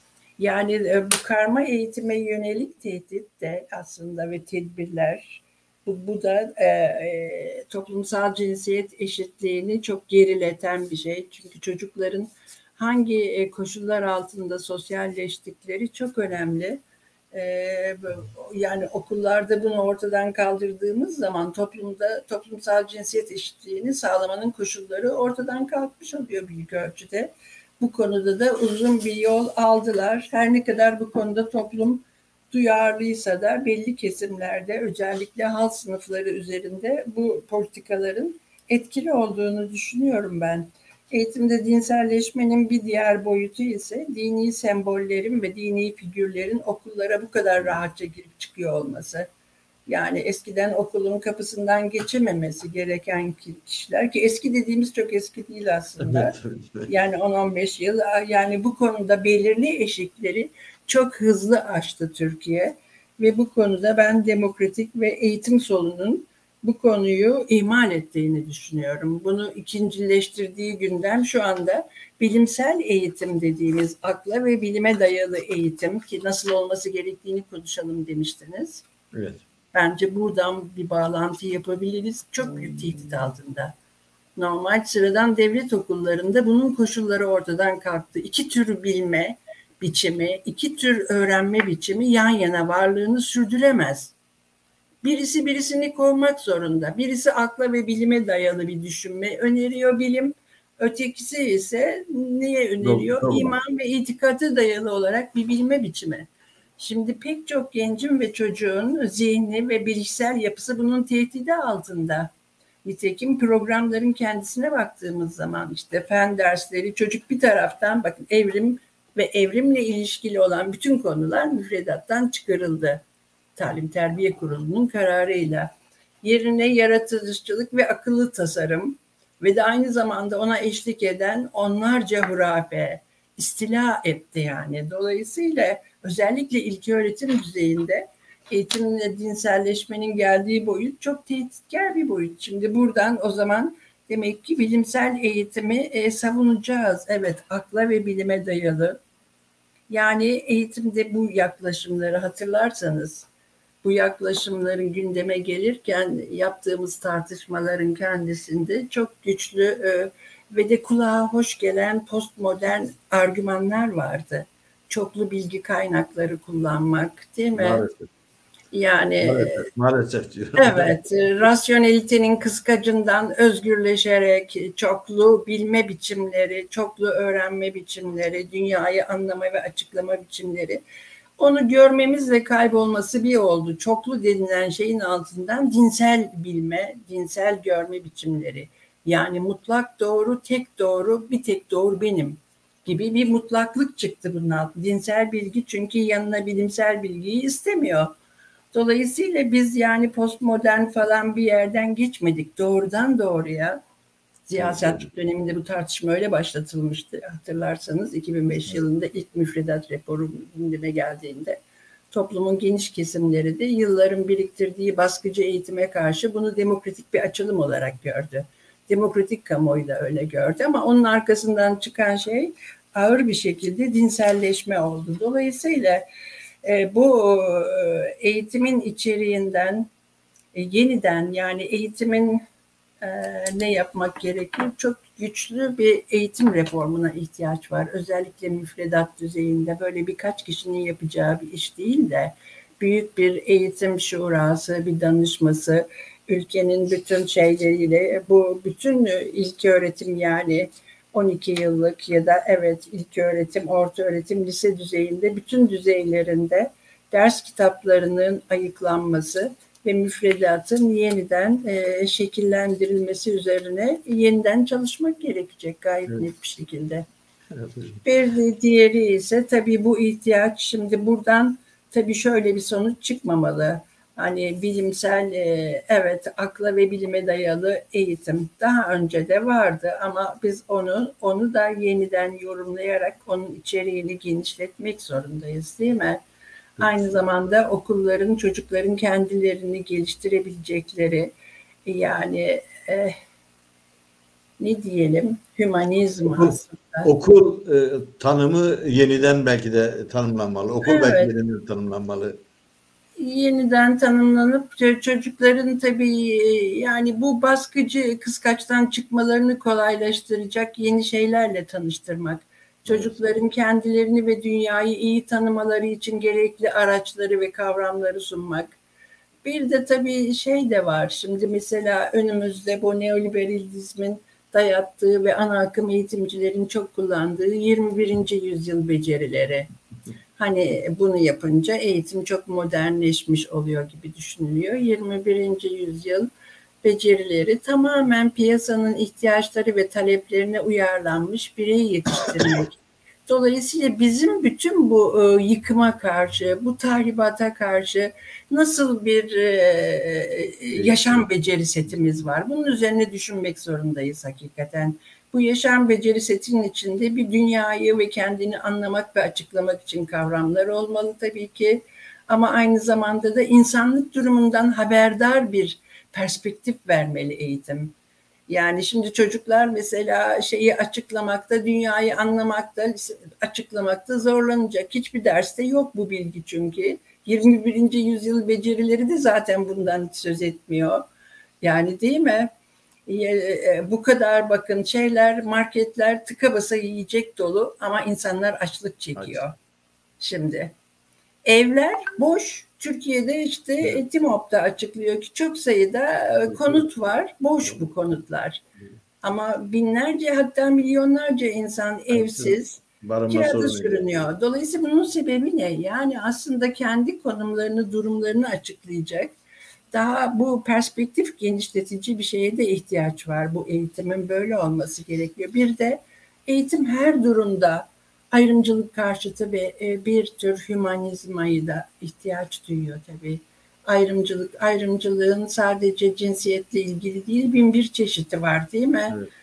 Yani e, bu karma eğitime yönelik tehdit de aslında ve tedbirler, bu, bu da e, e, toplumsal cinsiyet eşitliğini çok gerileten bir şey. Çünkü çocukların hangi e, koşullar altında sosyalleştikleri çok önemli. Ee, yani okullarda bunu ortadan kaldırdığımız zaman toplumda toplumsal cinsiyet eşitliğini sağlamanın koşulları ortadan kalkmış oluyor büyük ölçüde. Bu konuda da uzun bir yol aldılar. Her ne kadar bu konuda toplum duyarlıysa da belli kesimlerde, özellikle halk sınıfları üzerinde bu politikaların etkili olduğunu düşünüyorum ben. Eğitimde dinselleşmenin bir diğer boyutu ise dini sembollerin ve dini figürlerin okullara bu kadar rahatça girip çıkıyor olması. Yani eskiden okulun kapısından geçememesi gereken kişiler, ki eski dediğimiz çok eski değil aslında. Yani on on beş yıl, yani bu konuda belirli eşikleri çok hızlı aştı Türkiye ve bu konuda ben demokratik ve eğitim solunun bu konuyu ihmal ettiğini düşünüyorum. Bunu ikincileştirdiği gündem şu anda bilimsel eğitim dediğimiz, akla ve bilime dayalı eğitim, ki nasıl olması gerektiğini konuşalım demiştiniz. Evet. Bence buradan bir bağlantı yapabiliriz. Çok büyük tehdit altında. Normal sıradan devlet okullarında bunun koşulları ortadan kalktı. İki tür bilme biçimi, iki tür öğrenme biçimi yan yana varlığını sürdüremez. Birisi birisini kovmak zorunda. Birisi akla ve bilime dayalı bir düşünme öneriyor bilim. Ötekisi ise niye öneriyor? Doğru. İman ve itikata dayalı olarak bir bilme biçimi. Şimdi pek çok gencin ve çocuğun zihni ve bilişsel yapısı bunun tehdidi altında. Nitekim programların kendisine baktığımız zaman işte fen dersleri, çocuk bir taraftan, bakın, evrim ve evrimle ilişkili olan bütün konular müfredattan çıkarıldı. Talim Terbiye Kurulu'nun kararıyla. Yerine yaratıcılık ve akıllı tasarım ve de aynı zamanda ona eşlik eden onlarca hurafe istila etti yani. Dolayısıyla özellikle ilköğretim düzeyinde eğitimle dinselleşmenin geldiği boyut çok tehditkar bir boyut. Şimdi buradan o zaman demek ki bilimsel eğitimi e, savunacağız. Evet, akla ve bilime dayalı. Yani eğitimde bu yaklaşımları hatırlarsanız, bu yaklaşımların gündeme gelirken yaptığımız tartışmaların kendisinde çok güçlü e, ve de kulağa hoş gelen postmodern argümanlar vardı. Çoklu bilgi kaynakları kullanmak, değil mi? Maalesef. Yani maalesef, maalesef diyorum. Evet, rasyonelitenin kıskacından özgürleşerek çoklu bilme biçimleri, çoklu öğrenme biçimleri, dünyayı anlama ve açıklama biçimleri, onu görmemizle kaybolması bir oldu. Çoklu denilen şeyin altından dinsel bilme, dinsel görme biçimleri. Yani mutlak doğru, tek doğru, bir tek doğru benim gibi bir mutlaklık çıktı bunun altından. Dinsel bilgi çünkü yanına bilimsel bilgiyi istemiyor. Dolayısıyla biz yani postmodern falan bir yerden geçmedik. Doğrudan doğruya, Ziya Selçuk döneminde bu tartışma öyle başlatılmıştı hatırlarsanız. iki bin beş yılında ilk müfredat raporu gündeme geldiğinde toplumun geniş kesimleri de yılların biriktirdiği baskıcı eğitime karşı bunu demokratik bir açılım olarak gördü. Demokratik kamuoyu da öyle gördü ama onun arkasından çıkan şey ağır bir şekilde dinselleşme oldu. Dolayısıyla e, bu e, eğitimin içeriğinden e, yeniden, yani eğitimin e, ne yapmak gerekir? Çok güçlü bir eğitim reformuna ihtiyaç var. Özellikle müfredat düzeyinde böyle birkaç kişinin yapacağı bir iş değil de büyük bir eğitim şurası, bir danışması, ülkenin bütün şeyleriyle, bu bütün ilköğretim, yani on iki yıllık ya da evet ilköğretim, ortaöğretim, lise düzeyinde bütün düzeylerinde ders kitaplarının ayıklanması ve müfredatın yeniden e, şekillendirilmesi üzerine yeniden çalışmak gerekecek gayet evet. net bir şekilde. Evet. Bir diğeri ise tabii bu ihtiyaç, şimdi buradan tabii şöyle bir sonuç çıkmamalı. Hani bilimsel, e, evet, akla ve bilime dayalı eğitim daha önce de vardı ama biz onu onu da yeniden yorumlayarak onun içeriğini genişletmek zorundayız, değil mi? Aynı zamanda okulların çocukların kendilerini geliştirebilecekleri, yani eh, ne diyelim, hümanizm okul, aslında. Okul e, tanımı yeniden belki de tanımlanmalı. Okul evet. belki yeniden tanımlanmalı. Yeniden tanımlanıp çocukların tabii yani bu baskıcı kıskaçtan çıkmalarını kolaylaştıracak yeni şeylerle tanıştırmak. Çocukların kendilerini ve dünyayı iyi tanımaları için gerekli araçları ve kavramları sunmak. Bir de tabii şey de var. Şimdi mesela önümüzde bu neoliberalizmin dayattığı ve ana akım eğitimcilerin çok kullandığı yirmi birinci yüzyıl becerileri. Hani bunu yapınca eğitim çok modernleşmiş oluyor gibi düşünülüyor. yirmi birinci yüzyıl becerileri tamamen piyasanın ihtiyaçları ve taleplerine uyarlanmış birey yetiştirmek. Dolayısıyla bizim bütün bu e, yıkıma karşı, bu tahribata karşı nasıl bir e, yaşam beceri setimiz var? Bunun üzerine düşünmek zorundayız hakikaten. Bu yaşam beceri setinin içinde bir dünyayı ve kendini anlamak ve açıklamak için kavramlar olmalı tabii ki. Ama aynı zamanda da insanlık durumundan haberdar bir perspektif vermeli eğitim. Yani şimdi çocuklar mesela şeyi açıklamakta, dünyayı anlamakta, açıklamakta zorlanacak. Hiçbir derste yok bu bilgi çünkü. yirmi birinci yüzyıl becerileri de zaten bundan söz etmiyor. Yani değil mi? Bu kadar bakın şeyler, marketler tıka basa yiyecek dolu ama insanlar açlık çekiyor. Aç. Şimdi evler boş. Türkiye'de işte evet. TİMOP'ta açıklıyor ki çok sayıda konut var. Boş bu konutlar. Ama binlerce hatta milyonlarca insan evsiz, kirada sürünüyor. Dolayısıyla bunun sebebi ne? Yani aslında kendi konumlarını, durumlarını açıklayacak. Daha bu perspektif genişletici bir şeye de ihtiyaç var. Bu eğitimin böyle olması gerekiyor. Bir de eğitim her durumda ayrımcılık karşıtı ve bir tür hümanizmayı da ihtiyaç duyuyor tabii. Ayrımcılık, ayrımcılığın sadece cinsiyetle ilgili değil, bin bir çeşidi var değil mi? Evet.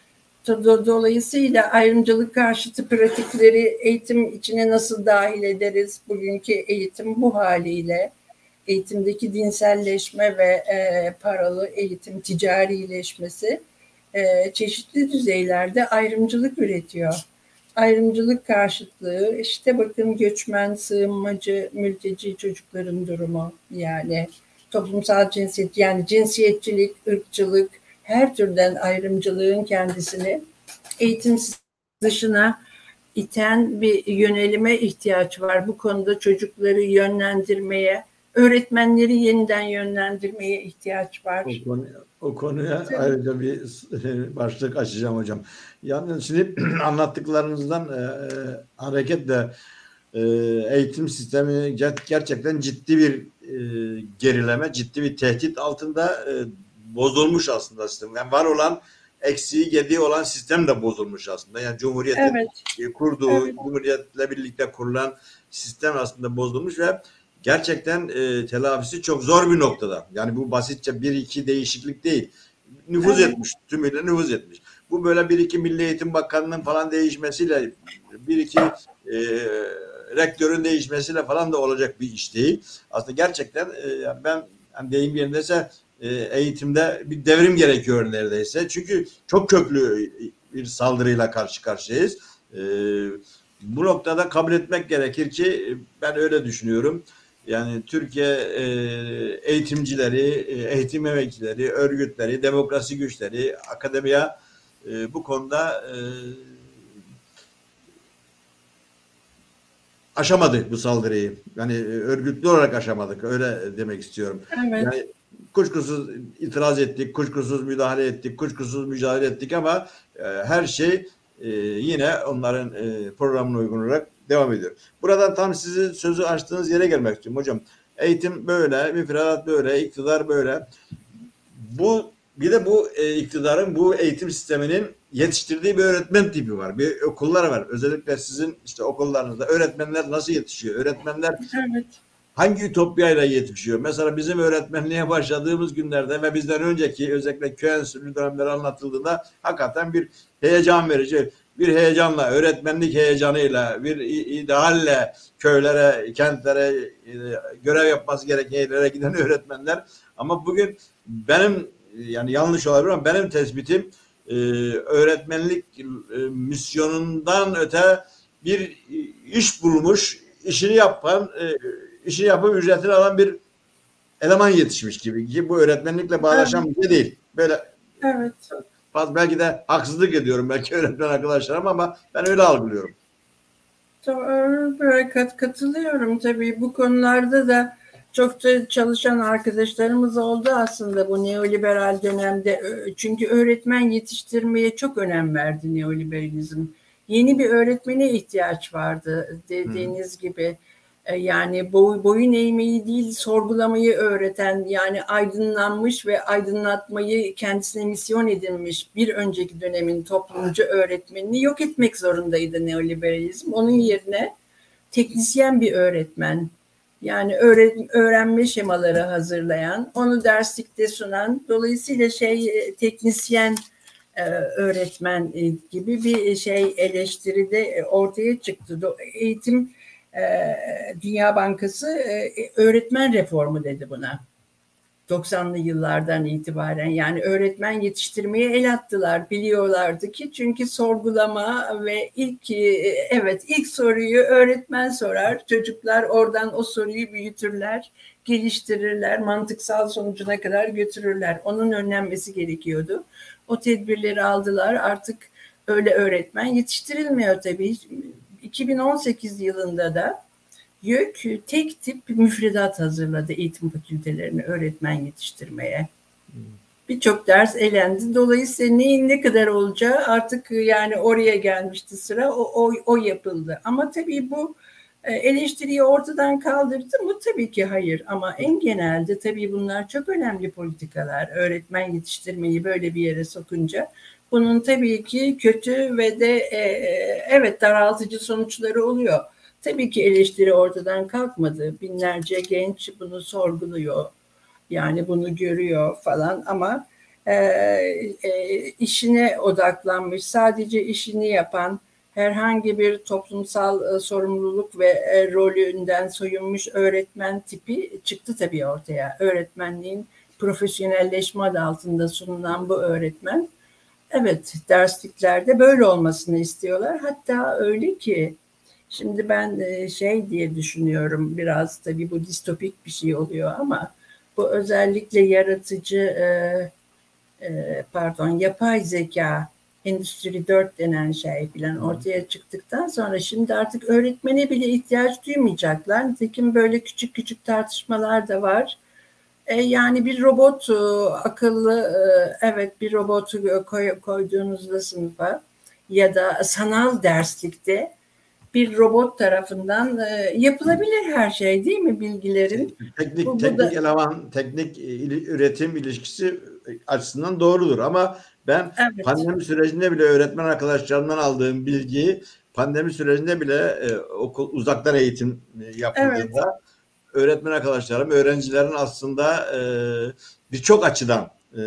Dolayısıyla ayrımcılık karşıtı pratikleri eğitim içine nasıl dahil ederiz? Bugünkü eğitim bu haliyle, eğitimdeki dinselleşme ve e, paralı eğitim ticarileşmesi e, çeşitli düzeylerde ayrımcılık üretiyor. Ayrımcılık karşıtlığı, işte bakın göçmen, sığınmacı, mülteci çocukların durumu, yani toplumsal cinsiyet, yani cinsiyetçilik, ırkçılık, her türden ayrımcılığın kendisini eğitim dışına iten bir yönelime ihtiyaç var. Bu konuda çocukları yönlendirmeye, öğretmenleri yeniden yönlendirmeye ihtiyaç var. O, konu, o konuya Tabii. ayrıca bir başlık açacağım hocam. Yani şimdi anlattıklarınızdan e, hareketle e, eğitim sistemi gerçekten ciddi bir e, gerileme, ciddi bir tehdit altında e, bozulmuş aslında sistem. Yani var olan eksiği, gediği olan sistem de bozulmuş aslında. Yani Cumhuriyet'in evet. kurduğu, evet. Cumhuriyet'le birlikte kurulan sistem aslında bozulmuş ve gerçekten e, telafisi çok zor bir noktada. Yani bu basitçe bir iki değişiklik değil. Nüfuz evet. etmiş. Tümüyle nüfuz etmiş. Bu böyle bir iki Milli Eğitim Bakanı'nın falan değişmesiyle bir iki e, rektörün değişmesiyle falan da olacak bir iş değil. Aslında gerçekten e, ben yani deyim yerindeyse e, eğitimde bir devrim gerekiyor neredeyse. Çünkü çok köklü bir saldırıyla karşı karşıyayız. E, bu noktada kabul etmek gerekir ki ben öyle düşünüyorum. Yani Türkiye e, eğitimcileri, e, eğitim emekçileri, örgütleri, demokrasi güçleri, akademiya e, bu konuda e, aşamadık bu saldırıyı. Yani örgütlü olarak aşamadık. Öyle demek istiyorum. Evet. Yani kuşkusuz itiraz ettik, kuşkusuz müdahale ettik, kuşkusuz mücadele ettik ama e, her şey e, yine onların e, programına uygun olarak devam ediyor. Buradan tam sizin sözü açtığınız yere gelmek istiyorum hocam. Eğitim böyle, müfredat böyle, iktidar böyle. Bu bir de bu e, iktidarın, bu eğitim sisteminin yetiştirdiği bir öğretmen tipi var. Bir okullar var. Özellikle sizin işte okullarınızda öğretmenler nasıl yetişiyor? Öğretmenler evet. hangi ütopyayla yetişiyor? Mesela bizim öğretmenliğe başladığımız günlerde ve bizden önceki özellikle köy enstitülü dönemleri anlatıldığında hakikaten bir heyecan verici, bir heyecanla, öğretmenlik heyecanıyla, bir idealle köylere, kentlere görev yapması gereken yerlere giden öğretmenler. Ama bugün benim yani yanlış olabilir ama benim tespitim e, öğretmenlik e, misyonundan öte bir iş bulmuş, işini yapan, e, işini yapıp ücretini alan bir eleman yetişmiş gibi. Ki bu öğretmenlikle bağdaşan evet. bir şey değil. Böyle evet. Belki de haksızlık ediyorum belki öğretmen arkadaşlarım ama ben öyle algılıyorum. Doğru, böyle kat, katılıyorum tabii. Bu konularda da çok da çalışan arkadaşlarımız oldu aslında bu neoliberal dönemde. Çünkü öğretmen yetiştirmeye çok önem verdi neoliberalizm. Yeni bir öğretmene ihtiyaç vardı Hı. dediğiniz gibi. E, Yani boy, boyun eğmeyi değil, sorgulamayı öğreten, yani aydınlanmış ve aydınlatmayı kendisine misyon edinmiş bir önceki dönemin toplumcu öğretmenini yok etmek zorundaydı neoliberalizm. Onun yerine teknisyen bir öğretmen, yani öğret, öğrenme şemaları hazırlayan, onu derslikte sunan, dolayısıyla şey teknisyen e, öğretmen e, gibi bir şey eleştiride ortaya çıktı. Eğitim e, Dünya Bankası e, öğretmen reformu dedi buna. doksanlı yıllardan itibaren, yani öğretmen yetiştirmeye el attılar, biliyorlardı ki, çünkü sorgulama ve ilk evet ilk soruyu öğretmen sorar, çocuklar oradan o soruyu büyütürler, geliştirirler, mantıksal sonucuna kadar götürürler. Onun önlenmesi gerekiyordu. O tedbirleri aldılar, artık öyle öğretmen yetiştirilmiyor tabii. iki bin on sekiz yılında da YÖK tek tip müfredat hazırladı eğitim fakültelerine öğretmen yetiştirmeye. Birçok ders elendi. Dolayısıyla neyin ne kadar olacağı artık, yani oraya gelmişti sıra. O, o, o yapıldı. Ama tabii bu eleştiriyi ortadan kaldırdı mı? Tabii ki hayır. Ama en genelde tabii bunlar çok önemli politikalar. Öğretmen yetiştirmeyi böyle bir yere sokunca bunun tabii ki kötü ve de e, evet daraltıcı sonuçları oluyor. Tabii ki eleştiri ortadan kalkmadı. Binlerce genç bunu sorguluyor. Yani bunu görüyor falan, ama e, e, işine odaklanmış, sadece işini yapan, herhangi bir toplumsal e, sorumluluk ve e, rolünden soyunmuş öğretmen tipi çıktı tabii ortaya. Öğretmenliğin profesyonelleşme adı altında sunulan bu öğretmen, evet, dersliklerde böyle olmasını istiyorlar. Hatta öyle ki şimdi ben e, şey diye düşünüyorum, biraz tabii bu distopik bir şey oluyor ama bu özellikle yaratıcı e, e, pardon yapay zeka Endüstri dört denen şey falan ortaya çıktıktan sonra şimdi artık öğretmene bile ihtiyaç duymayacaklar. Nitekim böyle küçük küçük tartışmalar da var. E, yani bir robot e, akıllı e, evet bir robotu koy, koyduğunuzda sınıfa ya da sanal derslikte bir robot tarafından e, yapılabilir her şey, değil mi, bilgilerin? Teknik Bu, bu teknik da eleman, teknik ili- üretim ilişkisi açısından doğrudur ama ben evet, pandemi sürecinde bile öğretmen arkadaşlarımdan aldığım bilgiyi pandemi sürecinde bile e, okul uzaktan eğitim e, evet, yapıldığında öğretmen arkadaşlarım, öğrencilerin aslında e, birçok açıdan e,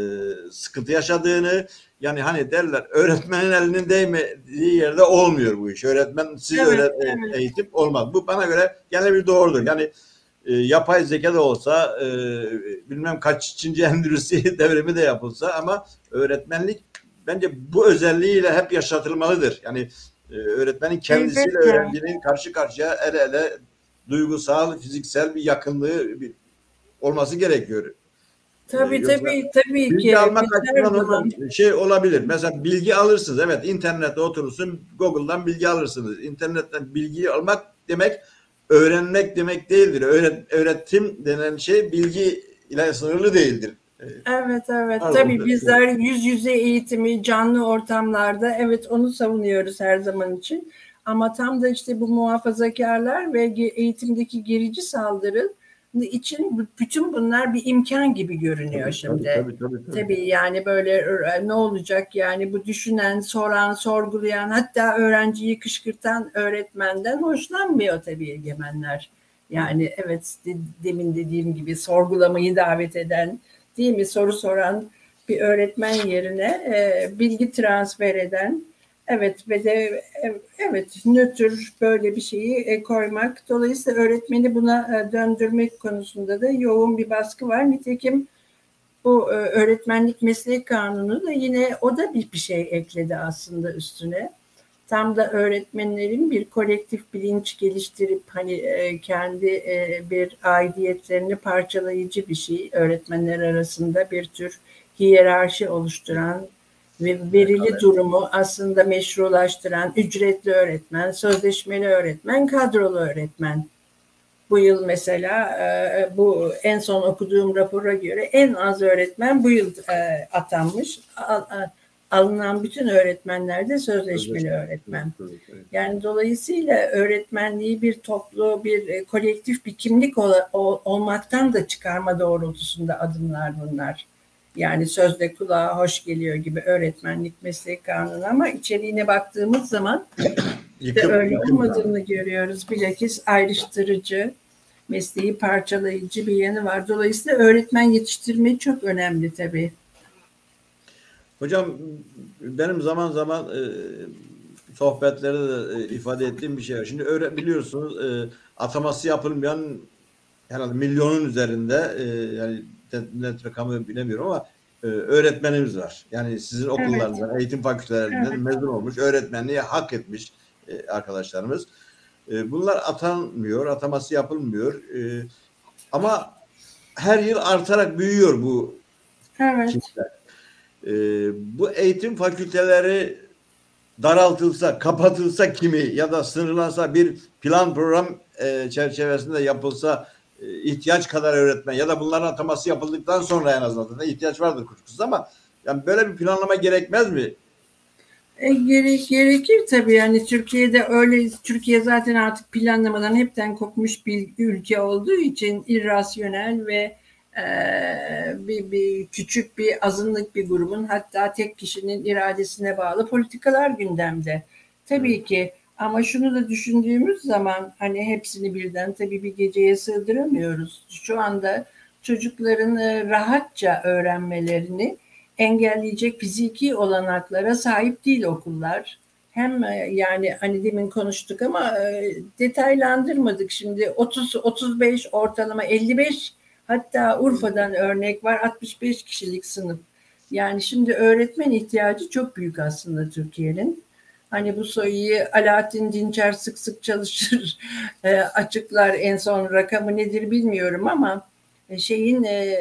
sıkıntı yaşadığını, yani hani derler öğretmenin elinin değmediği yerde olmuyor bu iş. Öğretmensiz evet, öğret evet, eğitim olmaz. Bu bana göre gene bir doğrudur. Yani e, yapay zeka da olsa e, bilmem kaçıncı endüstri devrimi de yapılsa ama öğretmenlik bence bu özelliğiyle hep yaşatılmalıdır. Yani e, öğretmenin kendisiyle elbette. öğrencinin karşı karşıya el ele duygusal, fiziksel bir yakınlığı bir, olması gerekiyor. Ee, Tabii yoksa tabii tabii bilgi ki almak biz her açısından zaman hocam şey olabilir. Mesela bilgi alırsınız. Evet, internette oturursun, Google'dan bilgi alırsınız. İnternetten bilgiyi almak demek öğrenmek demek değildir. Öğret, öğretim denen şey bilgi ile sınırlı değildir. Ee, evet evet pardon. tabii bizler yüz yüze eğitimi canlı ortamlarda, evet, onu savunuyoruz her zaman için. Ama tam da işte bu muhafazakarlar ve eğitimdeki gerici saldırı için bütün bunlar bir imkan gibi görünüyor Tabii, tabii, şimdi. tabii, tabii, tabii. Tabii yani böyle e, ne olacak, yani bu düşünen, soran, sorgulayan, hatta öğrenciyi kışkırtan öğretmenden hoşlanmıyor tabii egemenler. Yani evet, demin dediğim gibi sorgulamayı davet eden, değil mi, soru soran bir öğretmen yerine e, bilgi transfer eden, evet, ve de e, evet nötr böyle bir şeyi e, koymak. Dolayısıyla öğretmeni buna e, döndürmek konusunda da yoğun bir baskı var. Nitekim bu e, öğretmenlik meslek kanunu da yine o da bir, bir şey ekledi aslında üstüne. Tam da öğretmenlerin bir kolektif bilinç geliştirip hani e, kendi e, bir aidiyetlerini parçalayıcı bir şey, öğretmenler arasında bir tür hiyerarşi oluşturan ve verili durumu aslında meşrulaştıran ücretli öğretmen, sözleşmeli öğretmen, kadrolu öğretmen. Bu yıl mesela e, bu en son okuduğum rapora göre en az öğretmen bu yıl e, atanmış. Al, alınan bütün öğretmenler de sözleşmeli öğretmen. Yani dolayısıyla öğretmenliği bir toplu, bir e, kolektif bir kimlik ol, ol, olmaktan da çıkarma doğrultusunda adımlar bunlar. Yani sözde kulağa hoş geliyor gibi öğretmenlik meslek kanunu ama içeriğine baktığımız zaman işte öyle olmadığını görüyoruz. Bilakis ayrıştırıcı, mesleği parçalayıcı bir yanı var. Dolayısıyla öğretmen yetiştirme çok önemli tabii. Hocam benim zaman zaman e, sohbetlerde de e, ifade ettiğim bir şey var. Şimdi öyle biliyorsunuz e, ataması yapılmayan herhalde milyonun üzerinde e, yani net rakamı bilemiyorum ama e, öğretmenimiz var. Yani sizin okullarınızdan, evet, eğitim fakültelerinden evet, mezun olmuş, öğretmenliği hak etmiş e, arkadaşlarımız. E, bunlar atanmıyor, ataması yapılmıyor. E, ama her yıl artarak büyüyor bu evet. kimler. E, bu eğitim fakülteleri daraltılsa, kapatılsa kimi ya da sınırlansa bir plan program e, çerçevesinde yapılsa e, ihtiyaç kadar öğretmen ya da bunların ataması yapıldıktan sonra en azından ihtiyaç vardır kuşkusuz ama yani böyle bir planlama gerekmez mi? E, gerek, gerekir tabii yani Türkiye'de öyle, Türkiye zaten artık planlamadan hepten kopmuş bir ülke olduğu için irrasyonel ve e, bir, bir küçük bir azınlık bir grubun hatta tek kişinin iradesine bağlı politikalar gündemde. Tabii evet, ki ama şunu da düşündüğümüz zaman hani hepsini birden tabii bir geceye sığdıramıyoruz. Şu anda çocukların rahatça öğrenmelerini engelleyecek fiziki olanaklara sahip değil okullar. Hem yani hani demin konuştuk ama detaylandırmadık şimdi otuz otuz beş ortalama elli beş hatta Urfa'dan örnek var altmış beş kişilik sınıf. Yani şimdi öğretmen ihtiyacı çok büyük aslında Türkiye'nin. Hani bu sayıyı Alaaddin Dinçer sık sık çalışır açıklar en son rakamı nedir bilmiyorum ama şeyin e,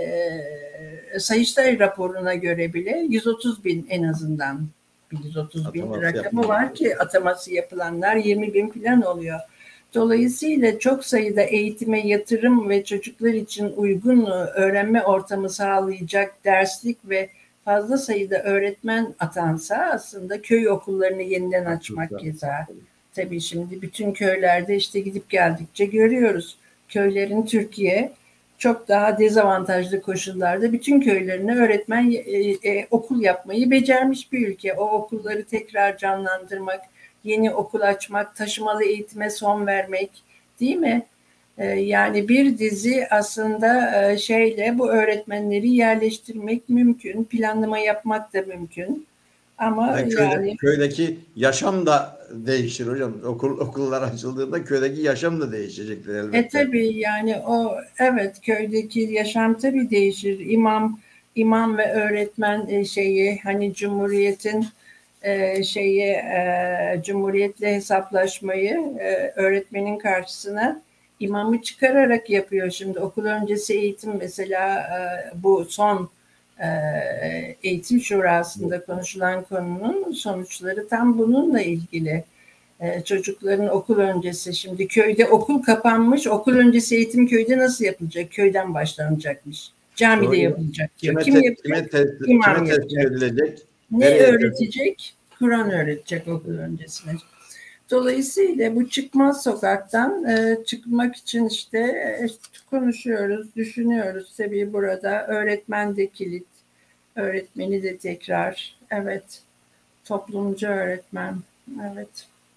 Sayıştay raporuna göre bile yüz otuz bin en azından yüz otuz bin ataması rakamı yapılıyor, var ki ataması yapılanlar yirmi bin falan oluyor. Dolayısıyla çok sayıda eğitime yatırım ve çocuklar için uygun öğrenme ortamı sağlayacak derslik ve fazla sayıda öğretmen atansa aslında köy okullarını yeniden açmak keza. Tabii şimdi bütün köylerde işte gidip geldikçe görüyoruz. Köylerin Türkiye çok daha dezavantajlı koşullarda bütün köylerine öğretmen e, e, okul yapmayı becermiş bir ülke. O okulları tekrar canlandırmak, yeni okul açmak, taşımalı eğitime son vermek, değil mi? E, yani bir dizi aslında e, şeyle bu öğretmenleri yerleştirmek mümkün, planlama yapmak da mümkün. Ama yani, köyde, yani köydeki yaşam da değişir hocam. Okul okullar açıldığında köydeki yaşam da değişecektir elbette. E tabii yani o evet köydeki yaşam tabii değişir. İmam imam ve öğretmen şeyi hani Cumhuriyet'in e, şeyi e, Cumhuriyet'le hesaplaşmayı e, öğretmenin karşısına imamı çıkararak yapıyor. Şimdi okul öncesi eğitim mesela e, bu son e, eğitim şurasında konuşulan konunun sonuçları tam bununla ilgili. Ee, çocukların okul öncesi şimdi köyde okul kapanmış okul öncesi eğitim köyde nasıl yapılacak köyden başlanacakmış camide doğru yapılacak diyor kime, kim te, yapacak kime, te, imam kime yapacak edilecek? ne Nereye öğretecek Kur'an öğretecek okul öncesine. Dolayısıyla bu çıkmaz sokaktan e, çıkmak için işte e, konuşuyoruz düşünüyoruz tabii burada öğretmen de kilit öğretmeni de tekrar evet toplumcu öğretmen evet.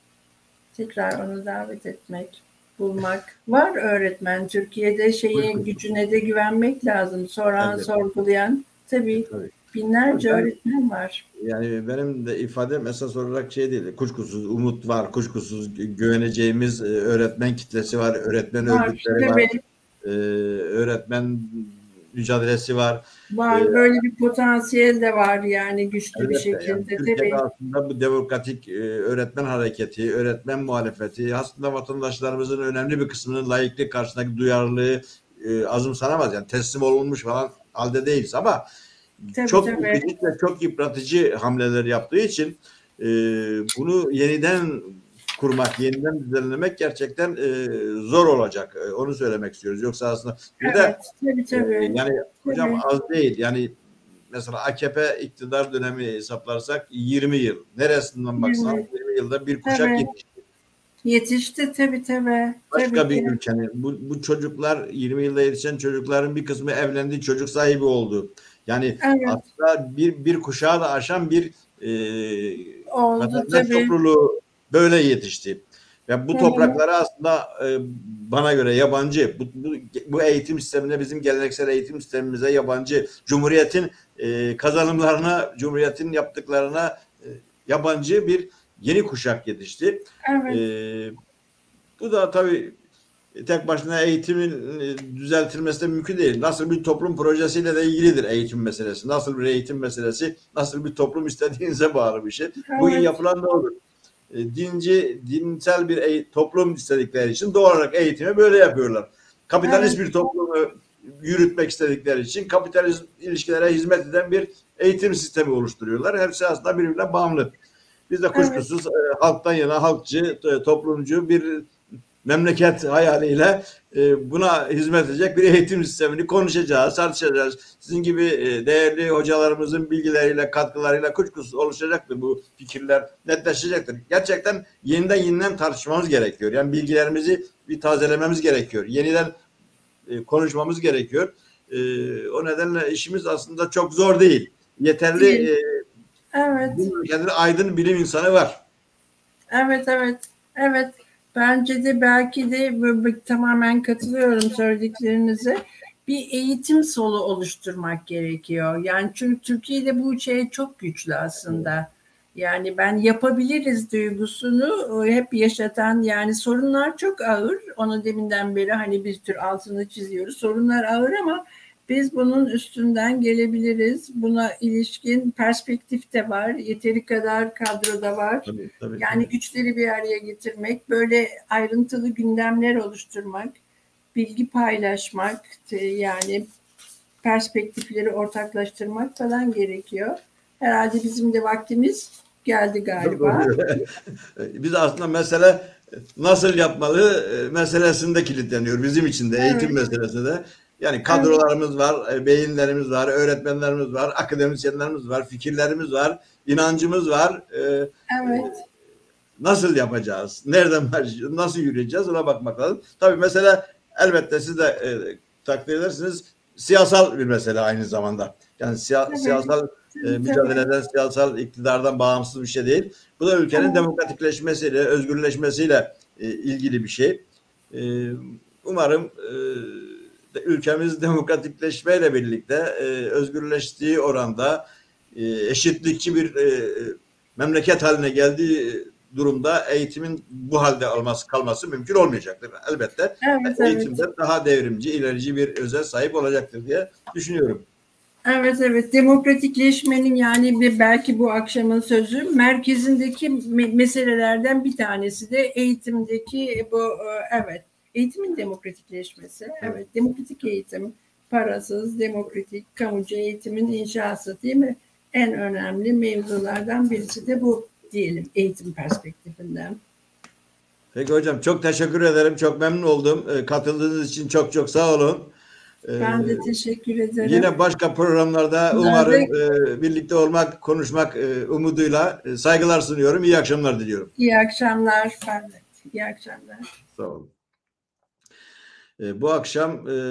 Tekrar onu davet etmek, bulmak. Var öğretmen. Türkiye'de şeyin gücüne de güvenmek lazım. Soran, evet, sorgulayan. Tabii, tabii. Binlerce ben, öğretmen var. Yani benim de ifadem esas olarak şey değil. Kuşkusuz umut var. Kuşkusuz güveneceğimiz öğretmen kitlesi var. Öğretmen var, örgütleri var. Ee, öğretmen mücadelesi var. Var. Ee, böyle bir potansiyel de var yani güçlü bir şekilde. Yani Türkiye'de aslında bu demokratik e, öğretmen hareketi, öğretmen muhalefeti aslında vatandaşlarımızın önemli bir kısmının layıklık karşısındaki duyarlılığı e, azımsanamaz. Yani teslim olunmuş falan halde değiliz ama Tabii, çok tabii. ürkütücü ve çok yıpratıcı hamleler yaptığı için e, bunu yeniden kurmak, yeniden düzenlemek gerçekten e, zor olacak. E, onu söylemek istiyoruz. Yoksa aslında bir Evet, de tabii e, tabii. yani hocam Tabii. az değil. Yani mesela A K P iktidar dönemi hesaplarsak yirmi yıl. Neresinden baksan yirmi. yirmi yılda bir kuşak Tabii. yetişti. Yetişti tabii tabii. Tabii Başka bir ki. ülkenin bu, bu çocuklar yirmi yılda yetişen çocukların bir kısmı evlendi, çocuk sahibi oldu. Yani Evet. aslında bir bir kuşağı da aşan bir e, Oldu vatandaş tabii. topluluğu böyle yetişti. Ve bu Hı hı. topraklara aslında e, bana göre yabancı. Bu, bu, bu eğitim sistemine, bizim geleneksel eğitim sistemimize yabancı. Cumhuriyetin e, kazanımlarına, Cumhuriyetin yaptıklarına e, yabancı bir yeni kuşak yetişti. E, Evet. Bu da tabii tek başına eğitimin e, düzeltilmesi de mümkün değil. Nasıl bir toplum projesiyle de ilgilidir eğitim meselesi. Nasıl bir eğitim meselesi, nasıl bir toplum istediğinize bağlı bir şey. Bugün Evet. yapılan da olur. E, dinci, dinsel bir eğ- toplum istedikleri için doğal olarak eğitimi böyle yapıyorlar. Kapitalist Evet. bir toplumu yürütmek istedikleri için kapitalist ilişkilere hizmet eden bir eğitim sistemi oluşturuyorlar. Hepsi aslında birbirine bağımlı. Biz de Evet. kuşkusuz e, halktan yana halkçı, e, toplumcu bir memleket hayaliyle e, buna hizmet edecek bir eğitim sistemini konuşacağız, tartışacağız. Sizin gibi e, değerli hocalarımızın bilgileriyle, katkılarıyla kuşkusuz oluşacaktır bu fikirler, netleşecektir. Gerçekten yeniden yeniden tartışmamız gerekiyor. Yani bilgilerimizi bir tazelememiz gerekiyor. Yeniden e, konuşmamız gerekiyor. E, o nedenle işimiz aslında çok zor değil. Değil. Yeterli e, Evet. bu ülkede aydın bilim insanı var. Evet, evet. Evet. Bence de belki de böyle tamamen katılıyorum söylediklerinize. Bir eğitim solu oluşturmak gerekiyor. Yani çünkü Türkiye'de bu şey çok güçlü aslında. Yani ben yapabiliriz duygusunu e, hep yaşatan yani sorunlar çok ağır. Onu deminden beri hani bir tür altını çiziyoruz. Sorunlar ağır ama biz bunun üstünden gelebiliriz. Buna ilişkin perspektif de var. Yeteri kadar kadro da var. Tabii, tabii, Yani tabii. güçleri bir araya getirmek, böyle ayrıntılı gündemler oluşturmak, bilgi paylaşmak, yani perspektifleri ortaklaştırmak falan gerekiyor. Herhalde bizim de vaktimiz geldi galiba. Biz aslında mesele nasıl yapmalı meselesinde kilitleniyor bizim için de eğitim Evet, meselesi de. Yani evet, kadrolarımız var, beyinlerimiz var, öğretmenlerimiz var, akademisyenlerimiz var, fikirlerimiz var, inancımız var. evet, Nasıl yapacağız? Nereden başlayacağız? Nasıl yürüyeceğiz? Ona bakmak lazım. Tabii mesela elbette siz de e, takdir edersiniz. Siyasal bir mesele aynı zamanda. Yani siya, tabii, siyasal e, tabii, tabii. mücadeleden, siyasal iktidardan bağımsız bir şey değil. Bu da ülkenin Evet, demokratikleşmesiyle, özgürleşmesiyle e, ilgili bir şey. E, umarım e, ülkemiz demokratikleşmeyle birlikte e, özgürleştiği oranda e, eşitlikçi bir e, memleket haline geldiği durumda eğitimin bu halde olması kalması mümkün olmayacaktır. Elbette evet, evet. eğitimde daha devrimci, ilerici bir özel sahip olacaktır diye düşünüyorum. Evet, evet. Demokratikleşmenin yani bir belki bu akşamın sözü merkezindeki me- meselelerden bir tanesi de eğitimdeki bu e, evet eğitimin demokratikleşmesi. Evet. Evet, demokratik eğitim, parasız, demokratik, kamucu eğitimin inşası değil mi? En önemli mevzulardan birisi de bu diyelim eğitim perspektifinden. Peki hocam çok teşekkür ederim. Çok memnun oldum. E, katıldığınız için çok çok sağ olun. E, Ben de teşekkür ederim. yine başka programlarda Bunlar da umarım e, birlikte olmak, konuşmak e, umuduyla e, saygılar sunuyorum. İyi akşamlar diliyorum. iyi akşamlar. Ben de iyi akşamlar. Sağ olun. E, bu akşam e,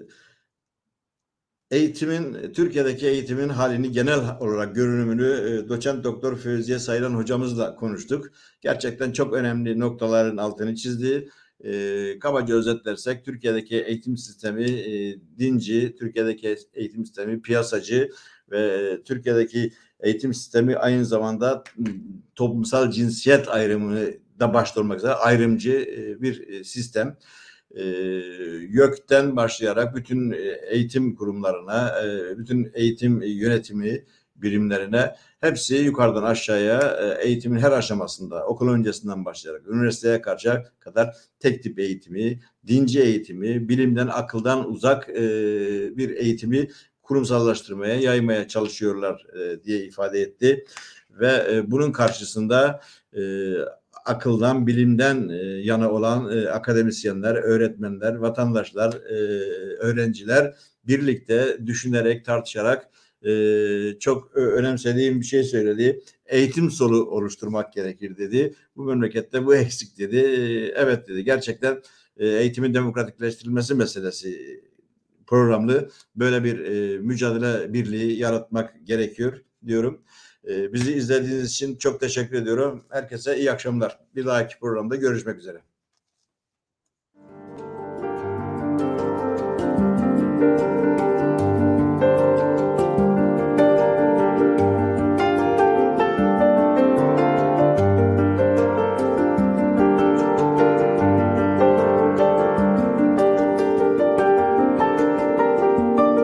eğitimin, Türkiye'deki eğitimin halini genel olarak görünümünü e, doçent doktor Fevziye Saylan hocamızla konuştuk. Gerçekten çok önemli noktaların altını çizdi. E, kabaca özetlersek Türkiye'deki eğitim sistemi e, dinci, Türkiye'deki eğitim sistemi piyasacı ve Türkiye'deki eğitim sistemi aynı zamanda toplumsal cinsiyet ayrımını da başta olmak üzere ayrımcı e, bir sistem. E, YÖK'ten başlayarak bütün eğitim kurumlarına, e, bütün eğitim yönetimi birimlerine hepsi yukarıdan aşağıya eğitimin her aşamasında, okul öncesinden başlayarak üniversiteye kadar tek tip eğitimi, dinci eğitimi, bilimden, akıldan uzak e, bir eğitimi kurumsallaştırmaya, yaymaya çalışıyorlar e, diye ifade etti. Ve e, bunun karşısında e, akıldan, bilimden e, yana olan e, akademisyenler, öğretmenler, vatandaşlar, e, öğrenciler birlikte düşünerek, tartışarak e, çok önemsediğim bir şey söyledi. Eğitim solu oluşturmak gerekir dedi. Bu memlekette bu eksik dedi. E, evet dedi. Gerçekten e, eğitimin demokratikleştirilmesi meselesi programlı böyle bir e, mücadele birliği yaratmak gerekiyor diyorum. E, bizi izlediğiniz için çok teşekkür ediyorum. Herkese iyi akşamlar. Bir dahaki programda görüşmek üzere.